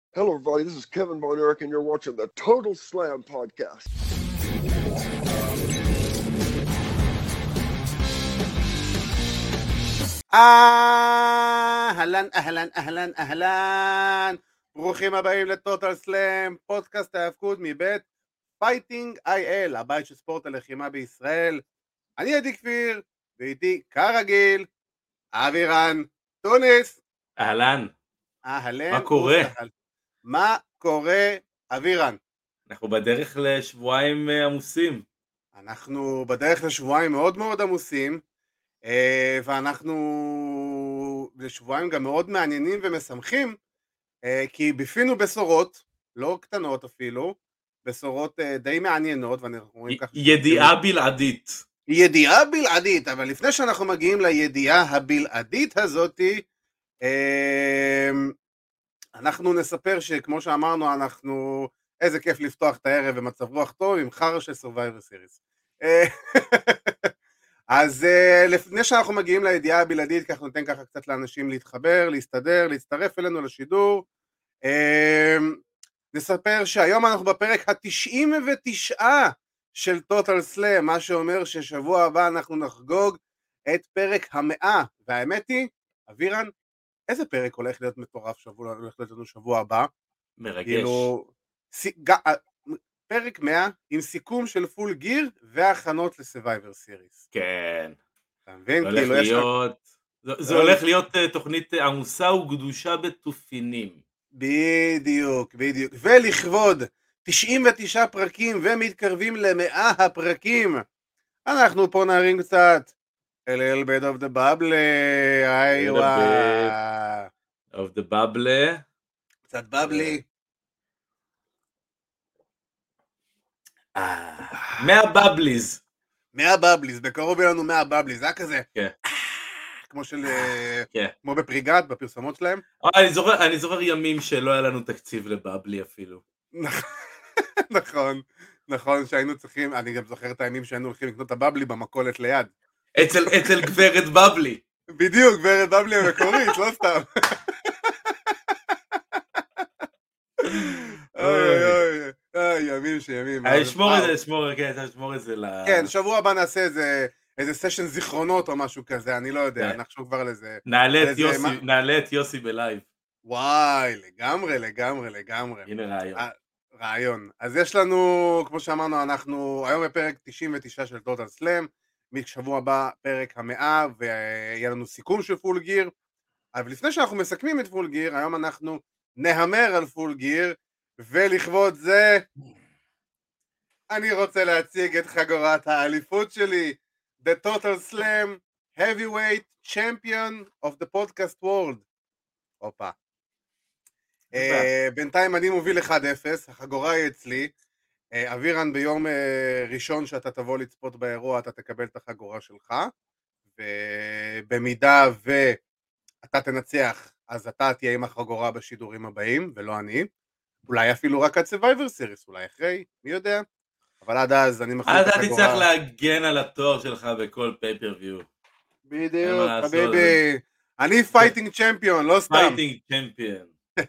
Hello, everybody. This is Kevin Von Erich, and you're watching the Total Slam podcast. אהלן, ברוכים הבאים לטוטל סלאם, פודקאסט ההאבקות מבית פייטינג IL, הבית של ספורט הלחימה בישראל. אני עדי כפיר, ואיתי כרגיל, אבירן טוניס. אהלן. אהלן. מה קורה? מה קורה, אבירן? אנחנו בדרך לשבועיים עמוסים. אנחנו בדרך לשבועיים מאוד מאוד עמוסים, ואנחנו לשבועיים גם מאוד מעניינים ומשמחים, כי בפינו בשורות, לא קטנות אפילו, בשורות די מעניינות, ואנחנו רואים ככה... ידיעה בלעדית. ידיעה בלעדית, אבל לפני שאנחנו מגיעים לידיעה הבלעדית הזאת, אנחנו נספר שכמו שאמרנו, אנחנו... איזה כיף לפתוח את הערב במצב רוח טוב עם חרא של Survivor Series. אז לפני שאנחנו מגיעים לידיעה הבלעדית, ככה ניתן ככה קצת לאנשים להתחבר, להסתדר, להצטרף אלינו לשידור. נספר שהיום אנחנו בפרק ה-99 של Total Slam, מה שאומר ששבוע הבא אנחנו נחגוג את פרק 100, והאמת היא, אבירן, איזה פרק הולך להיות מטורף הולך להיות לנו שבוע הבא? מרגש. כאילו, פרק 100 עם סיכום של פול גיר והכנות לסרווייבר סיריס. כן. אתה מבין? זה הולך להיות תוכנית עמוסה וגדושה בתופינים. בדיוק. ולכבוד 99 פרקים ומתקרבים ל100 הפרקים, אנחנו פה נערים קצת a little bit of the bubble. of the bubble. קצת בבלי. 100 בבליז. 100 בבליז, בקרוב יהיה לנו 100 בבליז, זה היה כזה. כן. כמו של... כמו בפריגת, בפרסומות שלהם. אני זוכר ימים שלא היה לנו תקציב לבבלי אפילו. נכון שהיינו צריכים, אני גם זוכר את הימים שהיינו הולכים לקנות את הבבלי במכולת ליד. אצל גברת בבלי. בדיוק, גברת בבלי המקורית, לא סתם. ימים שימים. שמור את זה כן, שבוע הבא נעשה איזה סשן זיכרונות או משהו כזה, אני לא יודע, נחשוב כבר על איזה... נעלה את יוסי בלייב. וואי, לגמרי. הנה רעיון. אז יש לנו, כמו שאמרנו, אנחנו היום בפרק 99 של טוטל סלאם, משבוע הבא פרק 100, ויהיה לנו סיכום של פול גיר, אבל לפני שאנחנו מסכמים את פול גיר, היום אנחנו נהמר על פול גיר, ולכבוד זה אני רוצה להציג את חגורת האליפות שלי, The Total Slam Heavyweight Champion of the Podcast World. הופה. בינתיים אני מוביל 1-0, החגורה היא אצלי. אבירן, ביום ראשון שאתה תבוא לצפות באירוע, אתה תקבל את החגורה שלך, ובמידה ואתה תנצח, אז אתה תהיה עם החגורה בשידורים הבאים, ולא אני. אולי אפילו רק עד Survivor Series, אולי אחרי, מי יודע. אבל עד אז אני מחליט את החגורה. אתה תצטרך להגן על התואר שלך בכל פייפריוויו. בדיוק, חביבי. אני פייטינג צ'מפיון, לא סתם. פייטינג צ'מפיון.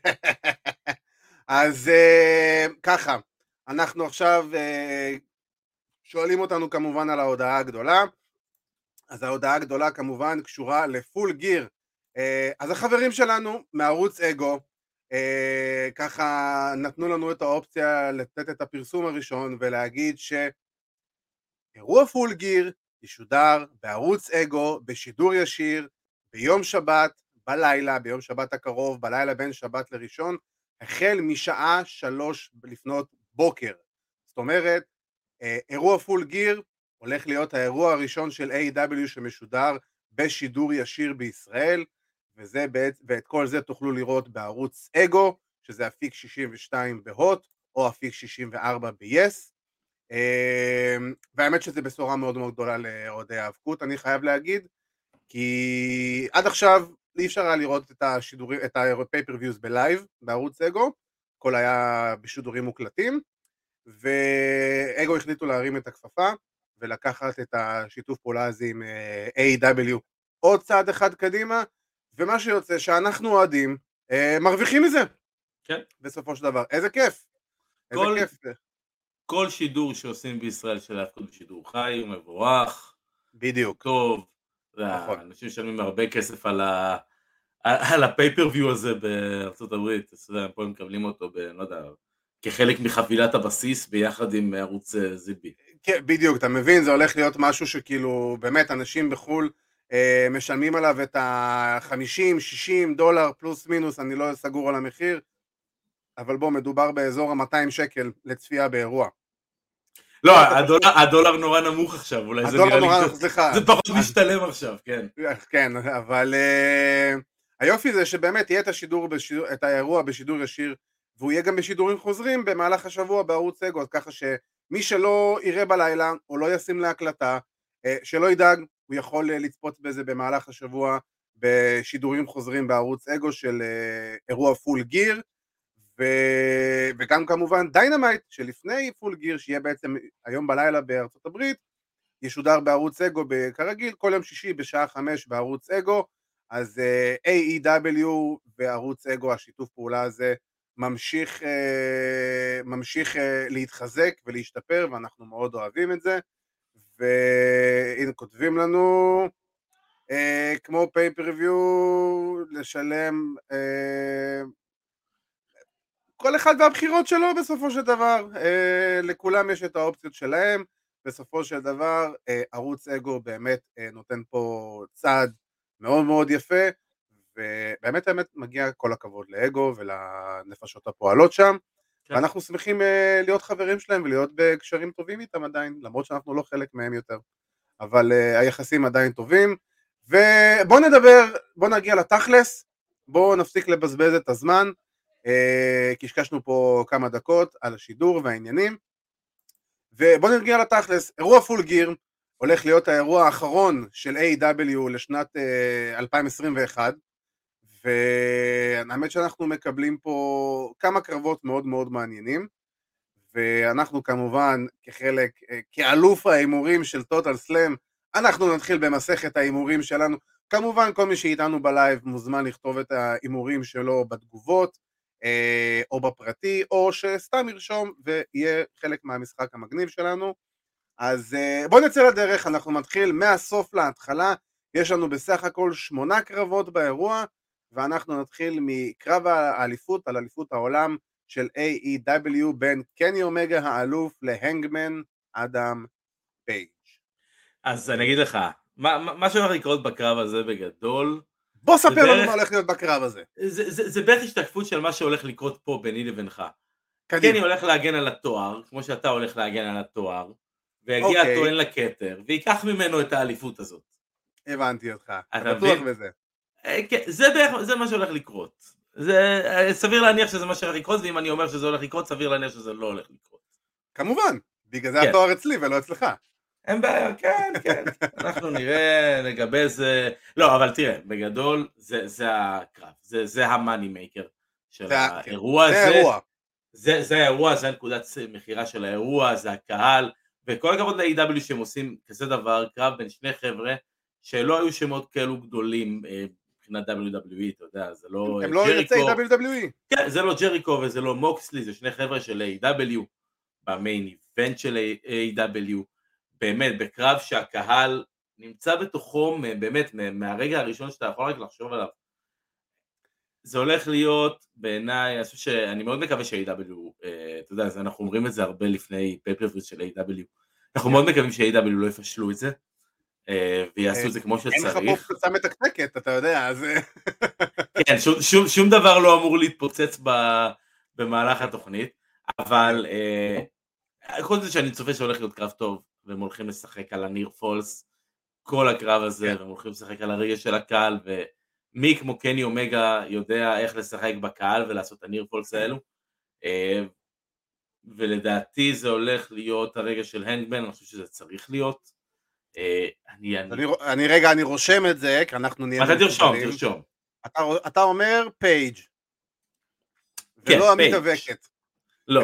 אז ככה, אנחנו עכשיו שואלים אותנו כמובן על ההודעה הגדולה. אז ההודעה הגדולה כמובן קשורה לפול גיר. אז החברים שלנו מערוץ אגו, ככה נתנו לנו את האופציה לתת את הפרסום הראשון ולהגיד שאירוע פול גיר ישודר בערוץ אגו בשידור ישיר ביום שבת בלילה, ביום שבת הקרוב, בלילה בין שבת לראשון, החל משעה 3 לפנות בוקר. זאת אומרת, אירוע פול גיר הולך להיות האירוע הראשון של A.W. שמשודר בשידור ישיר בישראל, ואת כל זה תוכלו לראות בערוץ אגו, שזה אפיק 62 בהוט, או אפיק 64 ב-yes, והאמת שזה בשורה מאוד מאוד גדולה לאוהדי האבקות, אני חייב להגיד, כי עד עכשיו אי אפשר היה לראות את השידורים, את ה-pay-per-views בלייב, בערוץ אגו, הכל היה בשידורים מוקלטים, ואגו החליטו להרים את הכפפה, ולקחת את השיתוף פעולה הזה עם A.W. עוד צעד אחד קדימה, ומה שיוצא שאנחנו אוהדים מרוויחים מזה. כן. בסופו של דבר. איזה כיף. איזה כל- כיף. כל שידור שעושים בישראל של ההפקות בשידור חי הוא מבורך, בדיוק. טוב, נכון. אנשים משלמים הרבה כסף על הפייפריוויו הזה בארצות הברית, אז פה הם מקבלים אותו, לא יודע, כחלק מחבילת הבסיס ביחד עם ערוץ זיבי. כן, בדיוק, אתה מבין, זה הולך להיות משהו שכאילו, באמת, אנשים בחול משלמים עליו את $50-60 פלוס מינוס, אני לא סגור על המחיר, אבל בוא, מדובר באזור ה-200 שקל לצפייה באירוע. לא, הדולר נורא נמוך עכשיו, אולי זה הדולר נראה נורא, לי, סליחה. זה פחות משתלם עכשיו, כן. כן, אבל היופי זה שבאמת יהיה את האירוע בשידור ישיר, והוא יהיה גם בשידורים חוזרים במהלך השבוע בערוץ אגו, אז ככה שמי שלא יראה בלילה או לא ישים להקלטה, שלא ידאג, הוא יכול לצפות בזה במהלך השבוע בשידורים חוזרים בערוץ אגו של אירוע פול גיר, וגם כמובן דיינמייט שלפני פול גיר, שיהיה בעצם היום בלילה בארצות הברית, ישודר בערוץ אגו כרגיל כל יום שישי בשעה 5 בערוץ אגו. אז AEW וערוץ אגו, השיתוף פעולה הזה ממשיך להתחזק ולהשתפר, ואנחנו מאוד אוהבים את זה. והנה כותבים לנו כמו פייפריוויו לשלם, כל אחד והבחירות שלו בסופו של דבר, לכולם יש את האופציות שלהם. בסופו של דבר ערוץ אגו באמת נותן פה צעד מאוד מאוד יפה, ובאמת מגיע כל הכבוד לאגו ולנפשות הפועלות שם, כן. ואנחנו שמחים להיות חברים שלהם ולהיות בקשרים טובים איתם עדיין, למרות שאנחנו לא חלק מהם יותר, אבל היחסים עדיין טובים. בוא נגיע לתכלס, בוא נפסיק לבזבז את הזמן, קשקשנו פה כמה דקות על השידור והעניינים, ובוא נגיע לתכלס. אירוע פול גיר הולך להיות האירוע האחרון של AEW לשנת 2021, והאמת שאנחנו מקבלים פה כמה קרבות מאוד מאוד מעניינים, ואנחנו כמובן כאלוף ההימורים של טוטל סלאם, אנחנו נתחיל במסכת ההימורים שלנו. כמובן כל מי שאיתנו בלייב מוזמן לכתוב את ההימורים שלו בתגובות, או בפרטי, או שסתם ירשום ויהיה חלק מהמשחק המגניב שלנו. אז בואו נצא לדרך, אנחנו מתחיל מהסוף להתחלה, יש לנו בסך הכל 8 קרבות באירוע, ואנחנו נתחיל מקרב האליפות על אליפות העולם של AEW בין קני אומגה האלוף להנגמן אדם פייג'. אז אני אגיד לך, מה שהולך לקרות בקרב הזה בגדול, בוא ספר לנו מה הולך להיות בקרב הזה. זה בערך השתקפות של מה שהולך לקרות פה ביני לבינך. קדימה. קני הולך להגן על התואר, כמו שאתה הולך להגן על התואר, ויגיע הטוען לכתר, ויקח ממנו את האליפות הזאת. הבנתי אותך, אתה בטוח מבין? בזה. זה מה שהולך לקרות. סביר להניח שזה מה שהולך לקרות, ואם אני אומר שזה הולך לקרות, סביר להניח שזה לא הולך לקרות. כמובן, בגלל זה התואר אצלי ולא אצלך. אין בעיה, כן, אנחנו נראה לגבי זה, לא, אבל תראה, בגדול, זה הקרב, זה המאני מייקר של האירוע הזה, זה האירוע, זה הנקודת מחירה של האירוע, זה הקהל, וכל הכבוד ל-AEW שהם עושים כזה דבר, קרב בין שני חבר'ה, שלא היו שמות כאלו גדולים מבחינת WWE, אתה יודע, זה לא הם לא יוצאי WWE. כן, זה לא ג'ריקו וזה לא מוקסלי, זה שני חבר'ה של AEW, במיין איבנט של AEW, באמת, בקרב שהקהל נמצא בתוכו, באמת, מהרגע הראשון שאתה יכול רק לחשוב עליו. זה הולך להיות, בעיניי, אני מאוד מקווה ש-AEW, אתה יודע, אנחנו אומרים את זה הרבה לפני פייפריוויוז של AEW, אנחנו מאוד מקווים ש-AEW לא יפשלו את זה, ויעשו את זה כמו שצריך. אין לך פה פצצה מתקתקת, אתה יודע, אז... כן, שום דבר לא אמור להתפוצץ במהלך התוכנית, אבל כל זה שאני צופה שהולך להיות קרב טוב, והם הולכים לשחק על הניר פולס, כל הקרב הזה, והם הולכים לשחק על הרגש של הקהל, ומי כמו קני אומגה יודע איך לשחק בקהל ולעשות את הניר פולס האלו, ולדעתי זה הולך להיות הרגע של הנגמן, אני חושב שזה צריך להיות. אני רושם את זה, כי אנחנו נהיה... אתה תרשום. אתה אומר פייג' ולא המתאבקת. לא.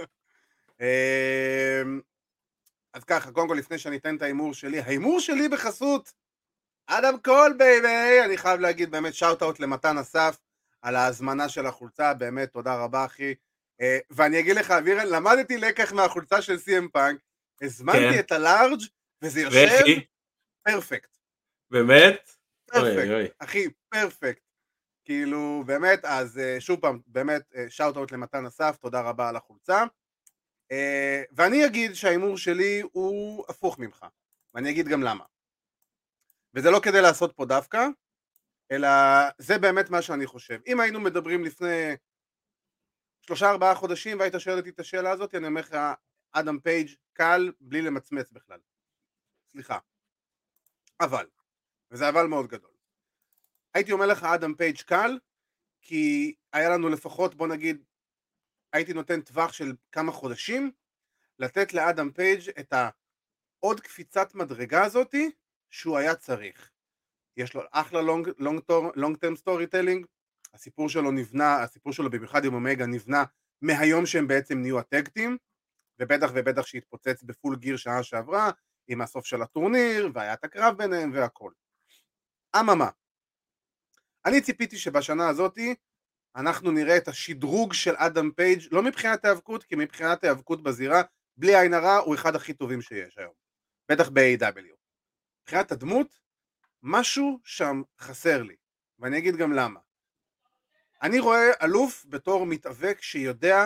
אז ככה, קודם כל לפני שאני אתן את ההימור שלי, ההימור שלי בחסות אדם קול בייבי, אני חייב להגיד באמת שאוט אאוט למתן אסף, על ההזמנה של החולצה, באמת תודה רבה אחי. ואני אגיד לך אבירן, למדתי לקח מהחולצה של CM פאנק, הזמנתי כן. את הלארג' וזה יושב ואיך פרפקט. באמת? אוי, פרפקט, אוי. אחי, פרפקט. כאילו, באמת, אז שוב פעם, באמת, שאוט אאוט למתן אסף, תודה רבה על החולצה. ואני אגיד שהאימור שלי הוא הפוך ממך, ואני אגיד גם למה. וזה לא כדי לעשות פה דווקא, אלא זה באמת מה שאני חושב. אם היינו מדברים לפני 3-4 חודשים והיית שואל אותי את השאלה הזאת, אני אומר לך, אדם פייג' קל, בלי למצמץ בכלל. סליחה. אבל, וזה אבל מאוד גדול. הייתי אומר לך אדם פייג' קל, כי היה לנו לפחות, בוא נגיד, הייתי נותן טווח של כמה חודשים, לתת לאדם פייג' את העוד קפיצת מדרגה הזאתי, שהוא היה צריך. יש לו אחלה long term storytelling, הסיפור שלו במיוחד עם אומגה נבנה מהיום שהם בעצם נהיו הטקטים, ובטח שהתפוצץ בפול גיר שעה שעברה, עם הסוף של הטורניר, והיה את הקרב ביניהם והכל. אממה, אני ציפיתי שבשנה הזאת אנחנו נראה את השדרוג של אדם פייג' לא מבחינת ההיאבקות, כי מבחינת ההיאבקות בזירה, בלי עין הרע, הוא אחד הכי טובים שיש היום. בטח ב-AW. מבחינת הדמות, משהו שם חסר לי, ואני אגיד גם למה. אני רואה אלוף בתור מתאבק שיודע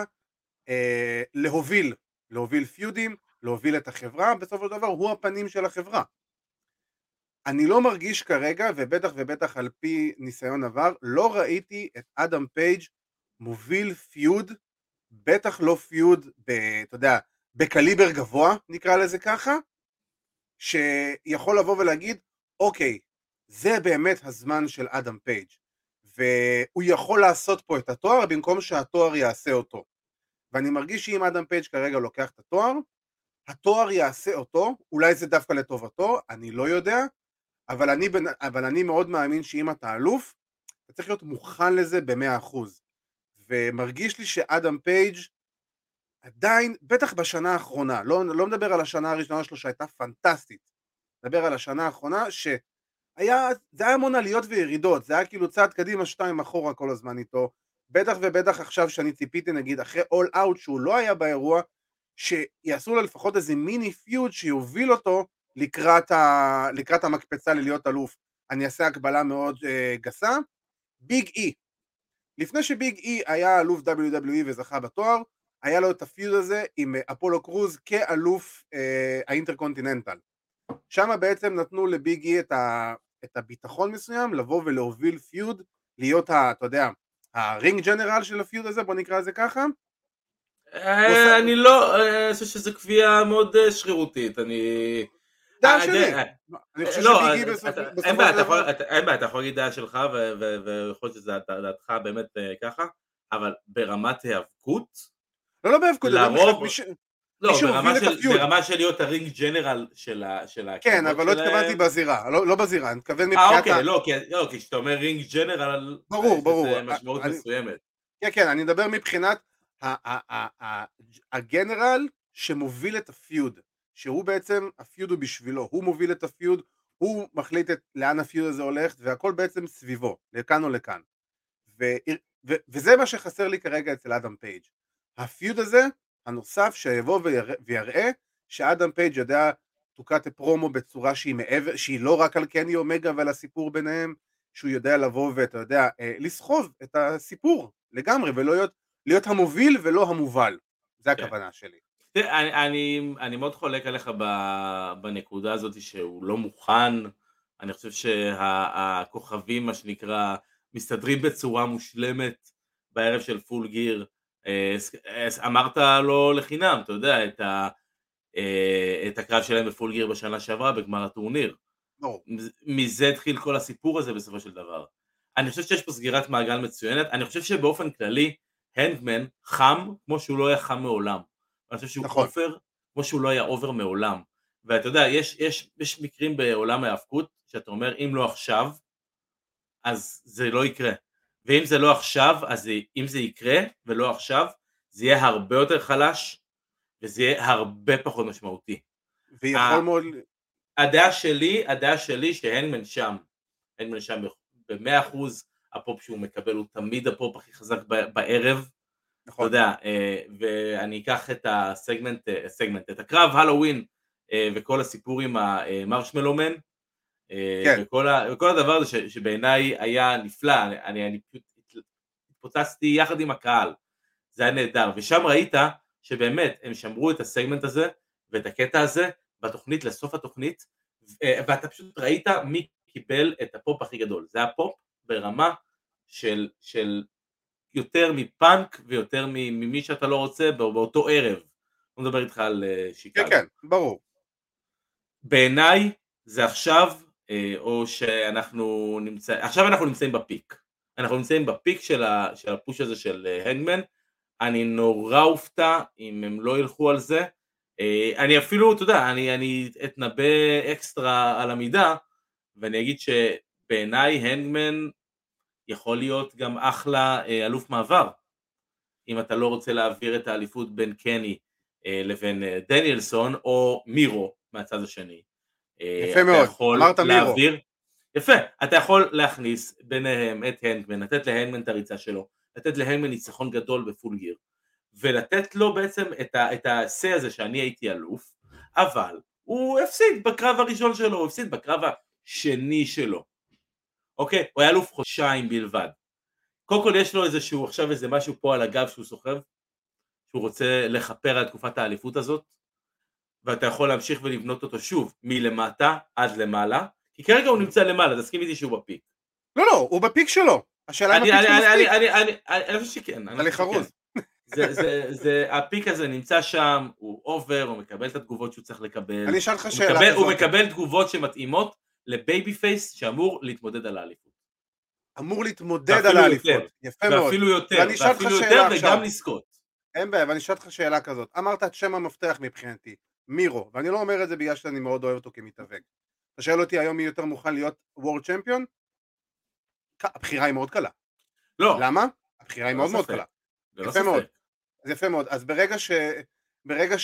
להוביל פיודים, להוביל את החברה, בסופו של דבר הוא הפנים של החברה. אני לא מרגיש כרגע, ובטח על פי ניסיון עבר, לא ראיתי את אדם פייג' מוביל פיוד, בטח לא פיוד, אתה יודע, בקליבר גבוה, נקרא לזה ככה, שיכול לבוא ולהגיד, אוקיי, זה באמת הזמן של אדם פייג' והוא יכול לעשות פה את התואר במקום שהתואר יעשה אותו. ואני מרגיש שאם אדם פייג' כרגע לוקח את התואר יעשה אותו, אולי זה דווקא לטובתו, אני לא יודע, אבל אני מאוד מאמין שאם אתה אלוף, אתה צריך להיות מוכן לזה ב100%. ומרגיש לי שאדם פייג' עדיין, בטח בשנה האחרונה, לא מדבר על השנה הראשונה שלו שהייתה פנטסטית, מדבר על השנה האחרונה זה היה המון עליות וירידות, זה היה כאילו צעד קדימה 2 אחורה כל הזמן איתו, בטח עכשיו שאני ציפיתי נגיד אחרי all out שהוא לא היה באירוע, שיעשו לו לפחות איזה מיני פיוד שיוביל אותו לקראת המקפצה ללהיות אלוף. אני אעשה הקבלה מאוד גסה, ביג אי, לפני שביג אי היה אלוף WWE וזכה בתואר, היה לו את הפיוד הזה עם אפולו קרוז כאלוף האינטרקונטיננטל. שם בעצם נתנו לביג אי את הביטחון מסוים, לבוא ולהוביל פיוד, להיות אתה יודע, הרינג ג'נרל של הפיוד הזה, בוא נקרא לזה ככה. אני לא, אני חושב שזה קביעה מאוד שרירותית, אני... דעה שלי. אני חושב שביג אי בסופו של דבר... אין בעיה, אתה יכול להגיד דעה שלך, ויכול להיות שזה דעתך באמת ככה, אבל ברמת היאבקות, לא בהיאבקות, לרוב... לא, ברמה של להיות הרינג ג'נרל של הכבוד כן, אבל לא התכוונתי בזירה, לא בזירה, אני מתכוון מבחינת... אוקיי, כשאתה אומר רינג ג'נרל, ברור, זה משמעות מסוימת. כן, אני מדבר מבחינת הגנרל שמוביל את הפיוד, שהוא בעצם, הפיוד הוא בשבילו, הוא מוביל את הפיוד, הוא מחליט לאן הפיוד הזה הולך, והכל בעצם סביבו, לכאן או לכאן. וזה מה שחסר לי כרגע אצל אדם פייג'. הפיוד הזה, הנוסף שיבוא ויראה שאדם פייג' יודע תוקעת פרומו בצורה שהיא לא רק על קני אומגה ועל הסיפור ביניהם, שהוא יודע לבוא ואתה יודע לסחוב את הסיפור לגמרי ולא להיות המוביל ולא המובל. זה הכוונה שלי. אני מאוד חולק עליך בנקודה הזאת שהוא לא מוכן. אני חושב שהכוכבים מה שנקרא מסתדרים בצורה מושלמת בערב של פול גיר. אמרת לו לחינם, אתה יודע, את הקרב שלהם בפול גיר בשנה שעברה בגמר הטורניר. מזה התחיל כל הסיפור הזה בסופו של דבר. אני חושב שיש פה סגירת מעגל מצוינת. אני חושב שבאופן כללי הנגמן חם כמו שהוא לא היה חם מעולם. אני חושב שהוא אופר כמו שהוא לא היה אובר מעולם. ואתה יודע, יש מקרים בעולם ההאבקות שאתה אומר אם לא עכשיו אז זה לא יקרה. ואם זה לא עכשיו, אז אם זה יקרה ולא עכשיו, זה יהיה הרבה יותר חלש, וזה יהיה הרבה פחות משמעותי. ויכול מאוד... הדעה שלי שהנגמן שם ב100% הפופ שהוא מקבל הוא תמיד הפופ הכי חזק בערב, אתה נכון. יודע, ואני אקח את הסגמנט, את הקרב הלואוין, וכל הסיפור עם המרשמלומן, כן. וכל הדבר הזה שבעיניי היה נפלא, אני התפוצצתי יחד עם הקהל, זה היה נהדר, ושם ראית שבאמת הם שמרו את הסגמנט הזה, ואת הקטע הזה, בתוכנית, לסוף התוכנית, ואתה פשוט ראית מי קיבל את הפופ הכי גדול, זה הפופ ברמה של יותר מפאנק, ויותר ממי שאתה לא רוצה באותו ערב, לא מדבר איתך על שיקגו. כן, ברור. בעיניי זה עכשיו, או שאנחנו עכשיו אנחנו נמצאים בפיק, אנחנו נמצאים בפיק של הפוש הזה של הנגמן, אני נורא אופתע אם הם לא ילכו על זה, אני אפילו, אתה יודע, אני אתנבא אקסטרה על המידה, ואני אגיד שבעיניי הנגמן יכול להיות גם אחלה אלוף מעבר, אם אתה לא רוצה להעביר את האליפות בין קני לבין דניאלסון, או מירו מהצד השני. יפה מאוד, אמרת מירו. יפה, אתה יכול להכניס ביניהם את הנגמן, לתת להנגמן את הריצה שלו, לתת להנגמן ניצחון גדול בפול גיר, ולתת לו בעצם את הסי הזה שאני הייתי אלוף, אבל הוא הפסיד בקרב הראשון שלו, הוא הפסיד בקרב השני שלו, אוקיי? הוא היה אלוף חודשיים בלבד. קודם כל יש לו איזשהו, עכשיו איזה משהו פה על הגב שהוא סוחב, שהוא רוצה לחפר על תקופת האליפות הזאת, ואתה יכול להמשיך ולבנות אותו שוב, מלמטה עד למעלה, כי כרגע הוא נמצא למעלה, תסכים איתי שהוא בפיק. לא, הוא בפיק שלו. השאלה אם הפיק שלו מספיק. אני חושב שכן. אני חרוז. הפיק הזה נמצא שם, הוא אובר, הוא מקבל את התגובות שהוא צריך לקבל. אני אשאל לך שאלה כזאת. הוא מקבל תגובות שמתאימות לבייבי פייס שאמור להתמודד על האליפות. אמור להתמודד על האליפות. יפה מאוד. ואפילו יותר, וגם לזכות. אין בעיה, ואני אשאל לך שאלה כזאת. אמרת את שם המפתח מבחינתי, מירו, ואני לא אומר את זה בגלל שאני מאוד אוהב אותו כמתאבק. אתה שואל אותי היום מי יותר מוכן להיות וורד צ'מפיון? הבחירה היא מאוד קלה. לא. למה? הבחירה היא מאוד מאוד קלה. יפה מאוד. אז יפה מאוד. אז ברגע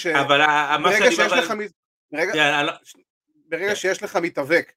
שיש לך מתאבק,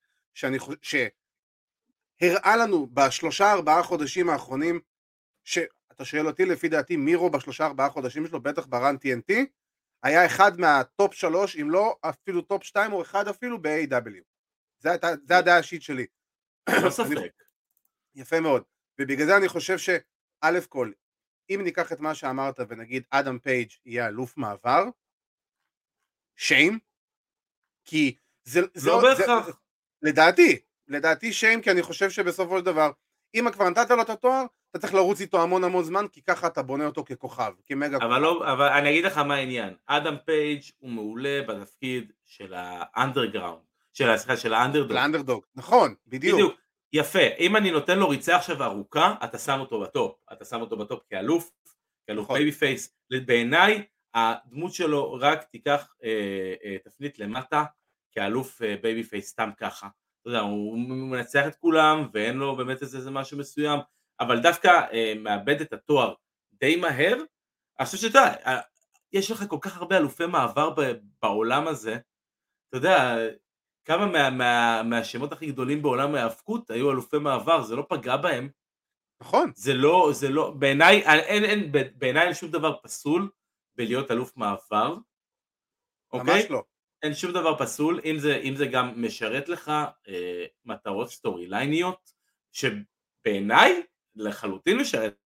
שהראה לנו ב3-4 חודשים האחרונים, שאתה שואל אותי לפי דעתי מירו ב3-4 חודשים שלו, בטח ברן TNT, היה אחד מהטופ 3, אם לא אפילו טופ 2 או אחד אפילו ב-AW. זה הדעה האישית שלי. לא ספק. יפה מאוד. ובגלל זה אני חושב שא' כל, אם ניקח את מה שאמרת ונגיד אדם פייג' יהיה אלוף מעבר, שיים, כי זה לא בהכרח. לדעתי שיים, כי אני חושב שבסופו של דבר, אם כבר נתת לו את התואר, אתה צריך לרוץ איתו המון זמן, כי ככה אתה בונה אותו ככוכב, כמגה כוכב. אבל אני אגיד לך מה העניין, אדם פייג' הוא מעולה בתפקיד של האנדרגראונד, של האנדרדוג. נכון, בדיוק. יפה, אם אני נותן לו ריצה עכשיו ארוכה, אתה שם אותו בטופ, כאלוף בייבי פייס, בעיניי הדמות שלו רק תיקח תפנית למטה, כאלוף בייבי פייס סתם ככה, אתה יודע, הוא מנצח את כולם, ואין לו באמת איזה משהו מסוים, אבל דווקא מאבד את התואר די מהר, אני חושב שאתה, יש לך כל כך הרבה אלופי מעבר בעולם הזה, אתה יודע, כמה מהשמות הכי גדולים בעולם ההאבקות היו אלופי מעבר, זה לא פגע בהם. נכון. זה לא, בעיניי אין שום דבר פסול בלהיות אלוף מעבר. ממש לא. אין שום דבר פסול, אם זה גם משרת לך מטרות סטורי לייניות, שבעיניי לחלוטין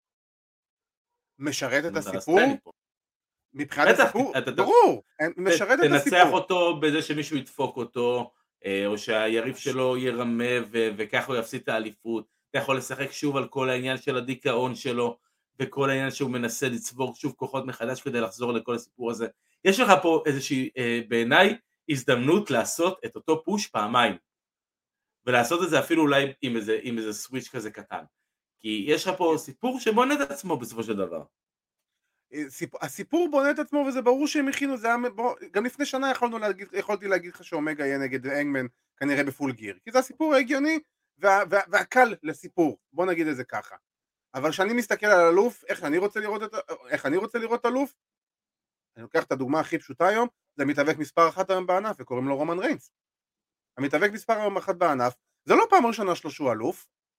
משרת את הסיפור. מבחינת הסיפור, ברור, משרת את הסיפור. תנצח אותו בזה שמישהו ידפוק אותו, או שהיריב שלו ירמה וכך הוא יפסיד את האליפות, אתה יכול לשחק שוב על כל העניין של הדיכאון שלו, וכל העניין שהוא מנסה לצבור שוב כוחות מחדש כדי לחזור לכל הסיפור הזה. יש לך פה איזושהי, בעיניי, הזדמנות לעשות את אותו פוש פעמיים, ולעשות את זה אפילו אולי עם איזה סוויץ' כזה קטן, כי יש לך פה סיפור שבונה את עצמו בסופו של דבר. הסיפור בונה את עצמו, וזה ברור שהם הכינו, גם לפני שנה יכולתי להגיד לך שאומגה יהיה נגד הנגמן כנראה בפול גיר, כי זה הסיפור ההגיוני והקל לסיפור, בוא נגיד את זה ככה. אבל כשאני מסתכל על אלוף, איך אני רוצה לראות אלוף, אני לוקח את הדוגמה הכי פשוטה היום, זה מתאבק מספר 1 היום בענף, וקוראים לו רומן ריינס. המתאבק מספר 1 בענף, זה לא פעם ראשונה שלו שהוא אלוף,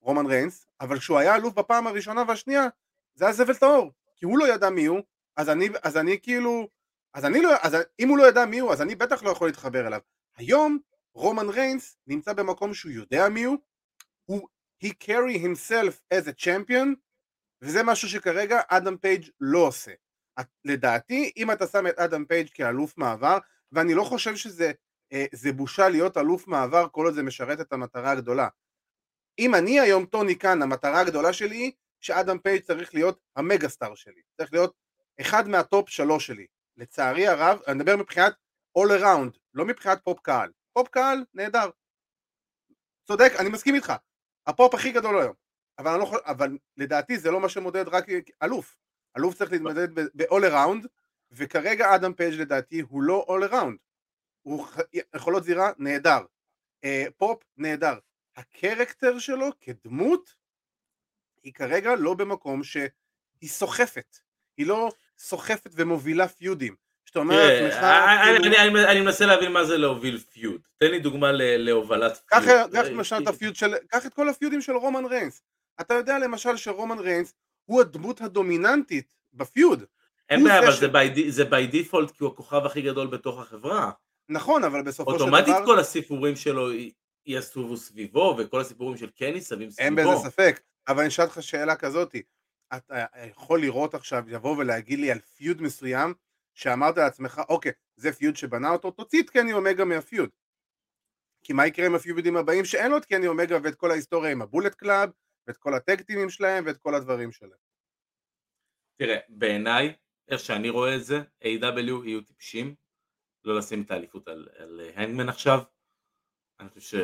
רומן ריינס, אבל כשהוא היה אלוף בפעם הראשונה והשנייה, זה היה זבל טהור, כי הוא לא ידע מי הוא, אז אני כאילו, אם הוא לא ידע מי הוא, אז אני בטח לא יכול להתחבר אליו. היום רומן ריינס נמצא במקום שהוא יודע מי הוא, he carry himself as a champion, וזה משהו שכרגע אדם פייג' לא עושה. לדעתי, אם אתה שם את אדם פייג' כאלוף מעבר, ואני לא חושב שזה בושה להיות אלוף מעבר כל עוד זה משרת את המטרה הגדולה. אם אני היום טוני קאן, המטרה הגדולה שלי היא שאדם פייג' צריך להיות המגה סטאר שלי, צריך להיות אחד מהטופ 3 שלי. לצערי הרב, אני מדבר מבחינת all around, לא מבחינת פופ קהל. פופ קהל נהדר, צודק, אני מסכים איתך, הפופ הכי גדול היום, אבל לדעתי זה לא מה שמודד רק אלוף. אלוף צריך להתמודד ב-all around, וכרגע אדם פייג' לדעתי הוא לא all around, הוא יכולות זירה נהדר, פופ נהדר, הקרקטר שלו כדמות היא כרגע לא במקום שהיא סוחפת, היא לא סוחפת ומובילה פיודים. שאתה אומר לעצמך, אני מנסה להבין מה זה להוביל פיוד, תן לי דוגמה להובלת פיוד. קח את כל הפיודים של רומן ריינס, אתה יודע למשל שרומן ריינס הוא הדמות הדומיננטית בפיוד. אין בעיה, אבל זה by default כי הוא הכוכב הכי גדול בתוך החברה. נכון, אבל בסופו של דבר אוטומטית כל הסיפורים שלו יסובו סביבו, וכל הסיפורים של קני סביב סביבו. אין בזה ספק, אבל אני אשאל לך שאלה כזאת, אתה יכול לראות עכשיו, יבוא ולהגיד לי על פיוד מסוים, שאמרת לעצמך, אוקיי, זה פיוד שבנה אותו, תוציא את קני אומגה מהפיוד. כי מה יקרה עם הפיודים הבאים שאין לו את קני אומגה ואת כל ההיסטוריה עם הבולט קלאב, ואת כל הטקטימים שלהם, ואת כל הדברים שלהם. תראה, בעיניי, איך שאני רואה את זה, A.W. יהיו טיפשים, לא לשים את האליפות על הנגמן עכשיו. אני חושב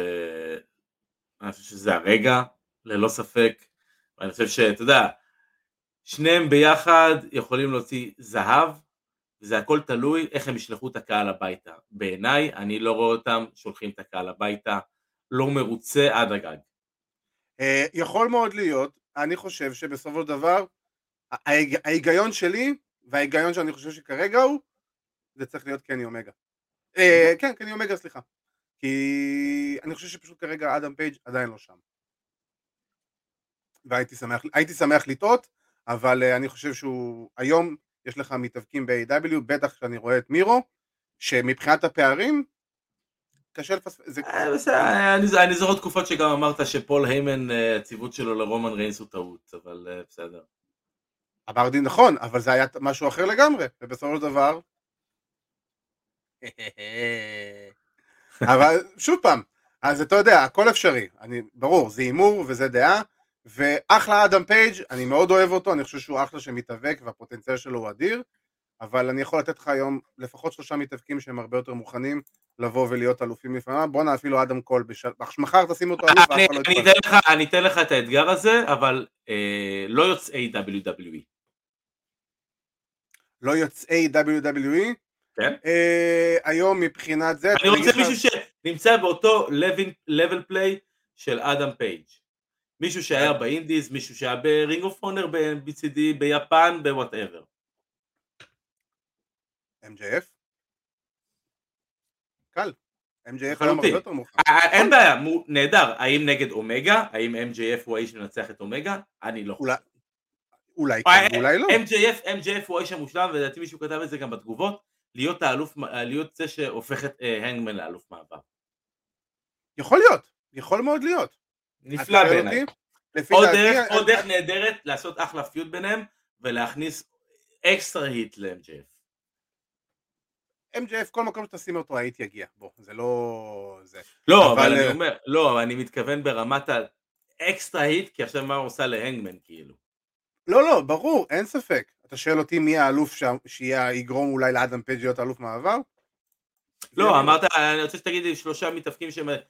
שזה הרגע, ללא ספק. ואני חושב שאתה יודע, שניהם ביחד יכולים להוציא זהב, וזה הכל תלוי איך הם ישלחו את הקהל הביתה. בעיניי, אני לא רואה אותם שולחים את הקהל הביתה, לא מרוצה עד הגג. יכול מאוד להיות, אני חושב שבסופו של דבר, ההיגיון שלי, וההיגיון שאני חושב שכרגע הוא, זה צריך להיות קני אומגה. כן, קני אומגה, סליחה. כי אני חושב שפשוט כרגע אדם פייג' עדיין לא שם. והייתי שמח לטעות, אבל אני חושב שהוא, היום יש לך מתאבקים ב-AW, בטח שאני רואה את מירו, שמבחינת הפערים, קשה לפספס. אני זוכר תקופות שגם אמרת שפול היימן, הציוות שלו לרומן ריינס הוא טעות, אבל בסדר. אמרתי נכון, אבל זה היה משהו אחר לגמרי, ובסופו של דבר, אבל שוב פעם, אז אתה יודע, הכל אפשרי, ברור, זה אימור וזה דעה, ואחלה אדם פייג', אני מאוד אוהב אותו, אני חושב שהוא אחלה שמתאבק והפוטנציאל שלו הוא אדיר, אבל אני יכול לתת לך היום לפחות 3 מתאבקים שהם הרבה יותר מוכנים לבוא ולהיות אלופים לפעמים. בוא אפילו אדם קול, מחר תשים אותו אלוף. אני אתן לך את האתגר הזה, אבל לא יוצאי WWE. לא יוצאי WWE? כן. היום מבחינת זה, אני רוצה מישהו שנמצא באותו level play של אדם פייג', מישהו שהיה באינדיז, מישהו שהיה ברינג אוף אונר, ב-BCD, ביפן, ב-whatever. MJF? קל. MJF היום הרבה יותר מוכן. אין בעיה, נהדר. האם נגד אומגה? האם MJF הוא האיש שמנצח את אומגה? אני לא חושב. אולי כן, אולי לא. MJF הוא האיש המושלם, ולדעתי מישהו כתב את זה גם בתגובות, להיות זה שהופך את הנגמן לאלוף מעבר. יכול להיות, יכול מאוד להיות. נפלא בעיניי. עוד דרך נהדרת לעשות אחלה פיוד ביניהם, ולהכניס אקסטרה היט ל-MJF. MJF, כל מקום שתשים אותו הייתי יגיע, בוא, זה לא זה. לא, אבל אני אומר, לא, אני מתכוון ברמת האקסטרה היט, כי עכשיו מה הוא עושה להנגמן כאילו. לא, ברור, אין ספק. אתה שואל אותי מי האלוף שיגרום אולי לאדם פייג' להיות אלוף מעבר? לא, אמרת, אני רוצה שתגיד לי 3 מתאבקים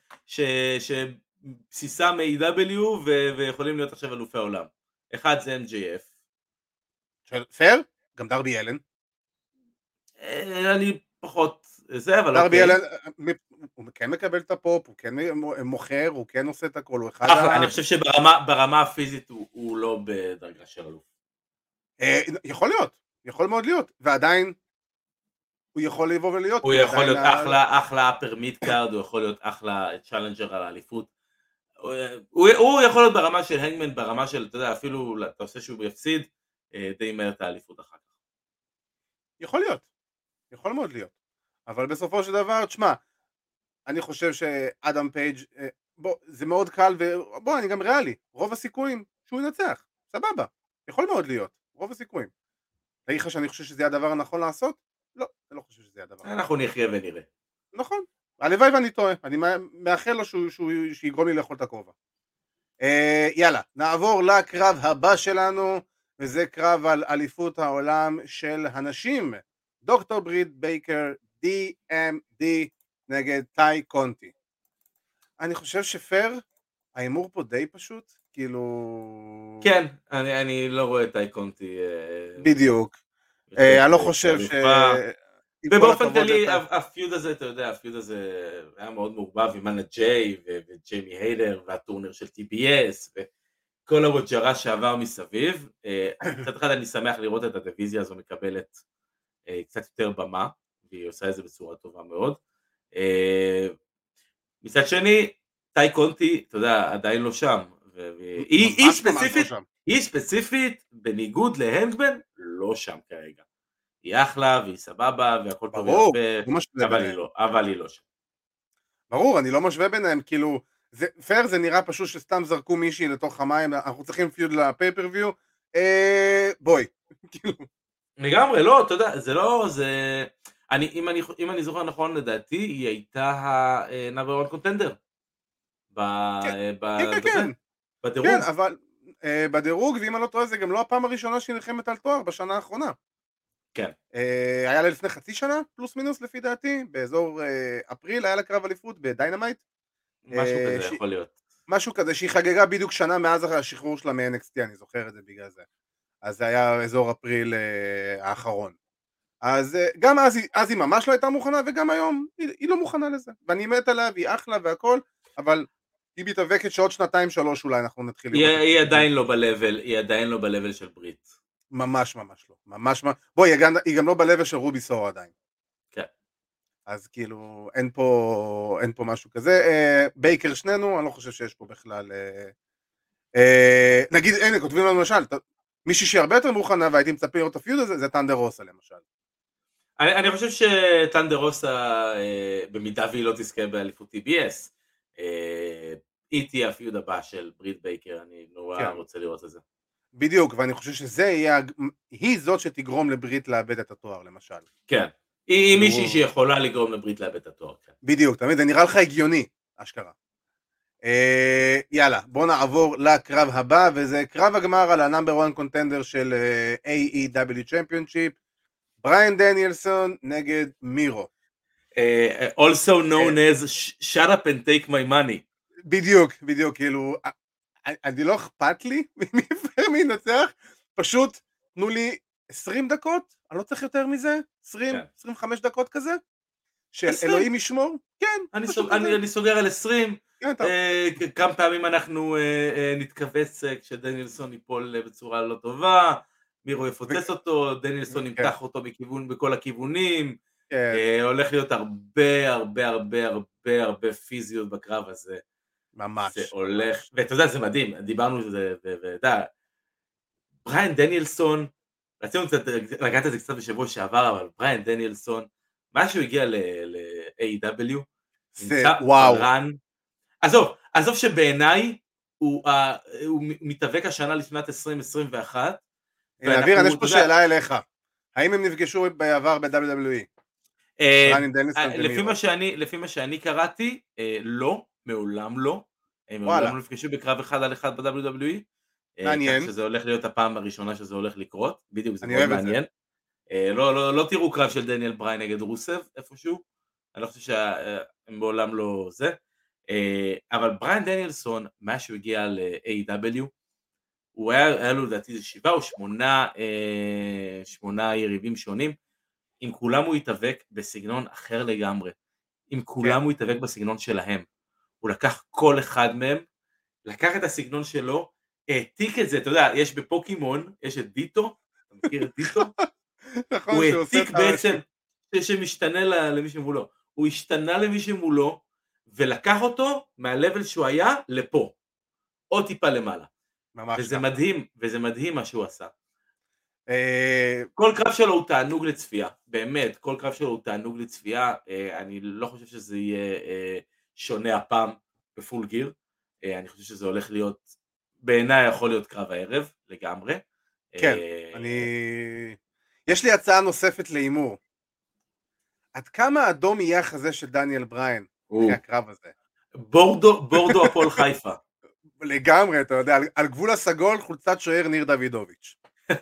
שבסיסם A.W. ויכולים להיות עכשיו אלופי העולם. אחד זה MJF. פייר? גם דרבי אלן. אני פחות זה, אבל דרבי אלן, הוא כן מקבל את הפופ, הוא כן מוכר, הוא כן עושה את הכל, הוא אחד... אני חושב שברמה הפיזית הוא לא בדרגה של אלוף. יכול להיות, יכול מאוד להיות, ועדיין הוא יכול לבוא ולהיות. הוא יכול להיות אחלה אפר מיד קארד, הוא יכול להיות אחלה צ'אלנג'ר על האליפות. הוא יכול להיות ברמה של הנגמן, ברמה של, אתה יודע, אפילו אתה עושה שהוא יפסיד, די מהר את האליפות אחר כך. יכול להיות, יכול מאוד להיות, אבל בסופו של דבר, תשמע, אני חושב שאדם פייג', בוא, זה מאוד קל, ובוא, אני גם ריאלי, רוב הסיכויים שהוא ינצח, סבבה, יכול מאוד להיות, רוב הסיכויים. להגיד לך שאני חושב שזה הדבר הנכון לעשות? לא, אני לא חושב שזה הדבר הנכון. אנחנו נחיה ונראה. נכון, הלוואי ואני טועה, אני מאחל לו שיגרום לי לאכול את הכובע. יאללה, נעבור לקרב הבא שלנו, וזה קרב על אליפות העולם של הנשים, דוקטור ברית בייקר, DMD, נגד טאי קונטי. אני חושב שפר, האימור פה די פשוט, כאילו... כן, אני לא רואה טאי קונטי. בדיוק. אני לא חושב ש... ובאופן כללי, הפיוד הזה, אתה יודע, הפיוד הזה היה מאוד מעורבב עם אנה ג'יי וג'יימי היידר והטורנר של TBS וכל הווג'רה שעבר מסביב. מצד אחד אני שמח לראות את הדיוויזיה הזו מקבלת קצת יותר במה, והיא עושה את זה בצורה טובה מאוד. מצד שני, טאי קונטי, אתה יודע, עדיין לא שם. היא ספציפית, בניגוד להנגמן, לא שם כרגע. היא אחלה והיא סבבה והכל טוב ויפה, אבל היא לא שם. ברור, אני לא משווה ביניהם, כאילו, פייר זה נראה פשוט שסתם זרקו מישהי לתוך המים, אנחנו צריכים פיוד לפייפריוויו, בואי, כאילו. לגמרי, לא, אתה יודע, זה לא, זה... אם אני זוכר נכון, לדעתי, היא הייתה ה-number one contender. בדירוג. כן, אבל בדירוג, ואם אני לא טועה, זה גם לא הפעם הראשונה שהיא נלחמת על תואר בשנה האחרונה. כן. היה לה לפני חצי שנה, פלוס מינוס לפי דעתי, באזור אפריל, היה לה קרב אליפות בדיינמייט. משהו כזה יכול להיות. משהו כזה, שהיא חגגה בדיוק שנה מאז השחרור שלה מ-NXT, אני זוכר את זה בגלל זה. אז זה היה אזור אפריל האחרון. אז גם אז היא ממש לא הייתה מוכנה, וגם היום היא לא מוכנה לזה. ואני מת עליה, והיא אחלה והכל, אבל היא מתאבקת שעוד 2-3 אולי אנחנו נתחיל לראות. היא עדיין לא בלבל של ברית. ממש לא, ממש, בואי, היא גם לא בלבל של רובי סור עדיין. כן. אז כאילו, אין פה משהו כזה. בייקר שנינו, אני לא חושב שיש פה בכלל, נגיד, הנה, כותבים לנו למשל, מישהי שהרבה יותר מוכנה, והייתי מצפה לראות את הפיוד הזה, זה טנדר רוסה למשל. אני חושב שטנדר רוסה, במידה והיא לא תזכה באליפות TBS, היא תהיה הפיוד הבא של ברית בייקר, אני נורא רוצה לראות את זה. בדיוק, ואני חושב שזה יהיה, היא זאת שתגרום לברית לאבד את התואר, למשל. כן, היא מישהי שיכולה לגרום לברית לאבד את התואר. בדיוק, תמיד, זה נראה לך הגיוני, אשכרה. יאללה, בוא נעבור לקרב הבא, וזה קרב הגמר על הנאמבר 1 קונטנדר של AEW Championship, בריין דניאלסון נגד מירו. Also known as shut up and take my money. בדיוק, כאילו, אני לא אכפת לי מי ינצח, פשוט תנו לי 20 דקות, אני לא צריך יותר מזה, 20-25 דקות כזה, של אלוהים ישמור, כן. אני סוגר על 20, כמה פעמים אנחנו נתכווץ כשדניאלסון ייפול בצורה לא טובה, מירו יפוצץ אותו, דניאלסון ימתח אותו בכל הכיוונים, הולך להיות הרבה פיזיות בקרב הזה. ממש. זה הולך, ואתה יודע, זה מדהים, דיברנו על זה, ואתה, בריין דניאלסון, רצינו לגעת את זה קצת בשבוע שעבר, אבל בריין דניאלסון, מה שהוא הגיע ל-AEW, וואו. עזוב שבעיניי, הוא מתאבק השנה לשנת 2021. אביר, יש פה שאלה אליך, האם הם נפגשו בעבר ב-WWE? לפי מה שאני קראתי, לא, מעולם לא, הם מעולם לא נפגשו בקרב אחד על אחד ב-WWE, כך שזה הולך להיות הפעם הראשונה שזה הולך לקרות, בדיוק, זה מאוד מעניין. לא תראו קרב של דניאל בריין נגד רוסב איפשהו, אני לא חושב שהם מעולם לא זה, אבל בריין דניאלסון, מה שהוא הגיע ל-AEW, הוא היה לו לדעתי זה 7 או 8 יריבים שונים, עם כולם הוא התאבק בסגנון אחר לגמרי, עם כולם הוא התאבק בסגנון שלהם, הוא לקח כל אחד מהם, לקח את הסגנון שלו, העתיק את זה, אתה יודע, יש בפוקימון, יש את דיטו, אתה מכיר את דיטו? הוא העתיק בעצם, שמשתנה למי שמולו, הוא השתנה למי שמולו, ולקח אותו מהלבל שהוא היה לפה, או טיפה למעלה. ממש וזה ככה. מדהים, וזה מדהים מה שהוא עשה. אה, כל קרב שלו הוא תענוג לצפייה, באמת, כל קרב שלו הוא תענוג לצפייה, אני לא חושב שזה יהיה שונה הפעם בפול גיר, אני חושב שזה הולך להיות, בעיניי יכול להיות קרב הערב, לגמרי. כן, יש לי הצעה נוספת לאימור. עד כמה אדום יהיה החזה של דניאל בריין אחרי הקרב הזה? בורדו הפועל חיפה. לגמרי, אתה יודע, על גבול הסגול, חולצת שוער ניר דוידוביץ'.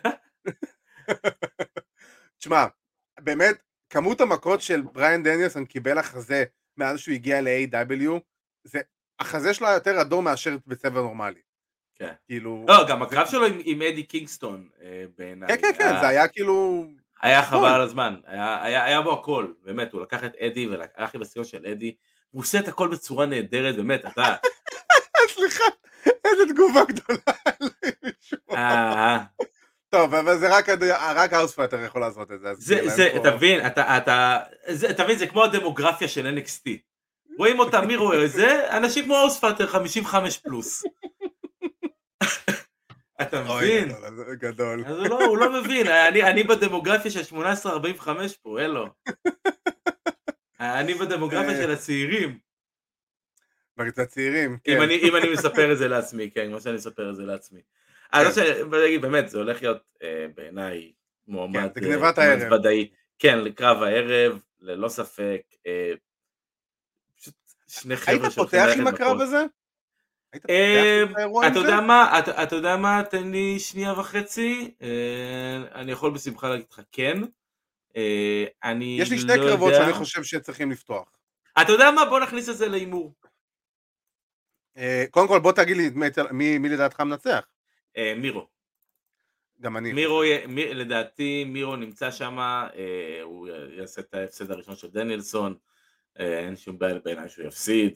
תשמע, באמת, כמות המכות של בריין דניאלסון קיבל החזה מאז שהוא הגיע ל-AW, החזה שלו יותר אדום מאשר בצבע נורמלי. כן. כאילו... לא, גם הקרב שלו עם אדי קינגסטון בעיניי. כן, כן, זה היה כאילו... היה חבל על הזמן, היה בו הכל, באמת, הוא לקח את אדי ולקח לי בסגנון של אדי, הוא עושה את הכל בצורה נהדרת, באמת, אתה... סליחה, איזה תגובה גדולה. טוב, אבל זה רק האוספייטר יכול לעשות את זה. תבין, זה כמו הדמוגרפיה של NXT. רואים אותה, מי רואה את זה? אנשים כמו האוספייטר 55 פלוס. אתה מבין? גדול. אז הוא לא מבין, אני בדמוגרפיה של 18-45 פה, אלו. אני בדמוגרפיה של הצעירים. הצעירים, כן. אם אני מספר את זה לעצמי, כן, כמו שאני מספר את זה לעצמי. אז באמת, זה הולך להיות בעיניי מועמד ודאי. כן, לקרב הערב, ללא ספק. היית פותח עם הקרב הזה? אתה יודע מה, תן לי שנייה וחצי, אני יכול בשמחה להגיד לך כן. יש לי שני קרבות שאני חושב שצריכים לפתוח. אתה יודע מה, בוא נכניס את זה לאימור. קודם כל בוא תגיד לי מי לדעתך מנצח. מירו. גם אני. לדעתי מירו נמצא שם, הוא יעשה את ההפסד הראשון של דניאלסון, אין שום בעיה בעיניי שהוא יפסיד.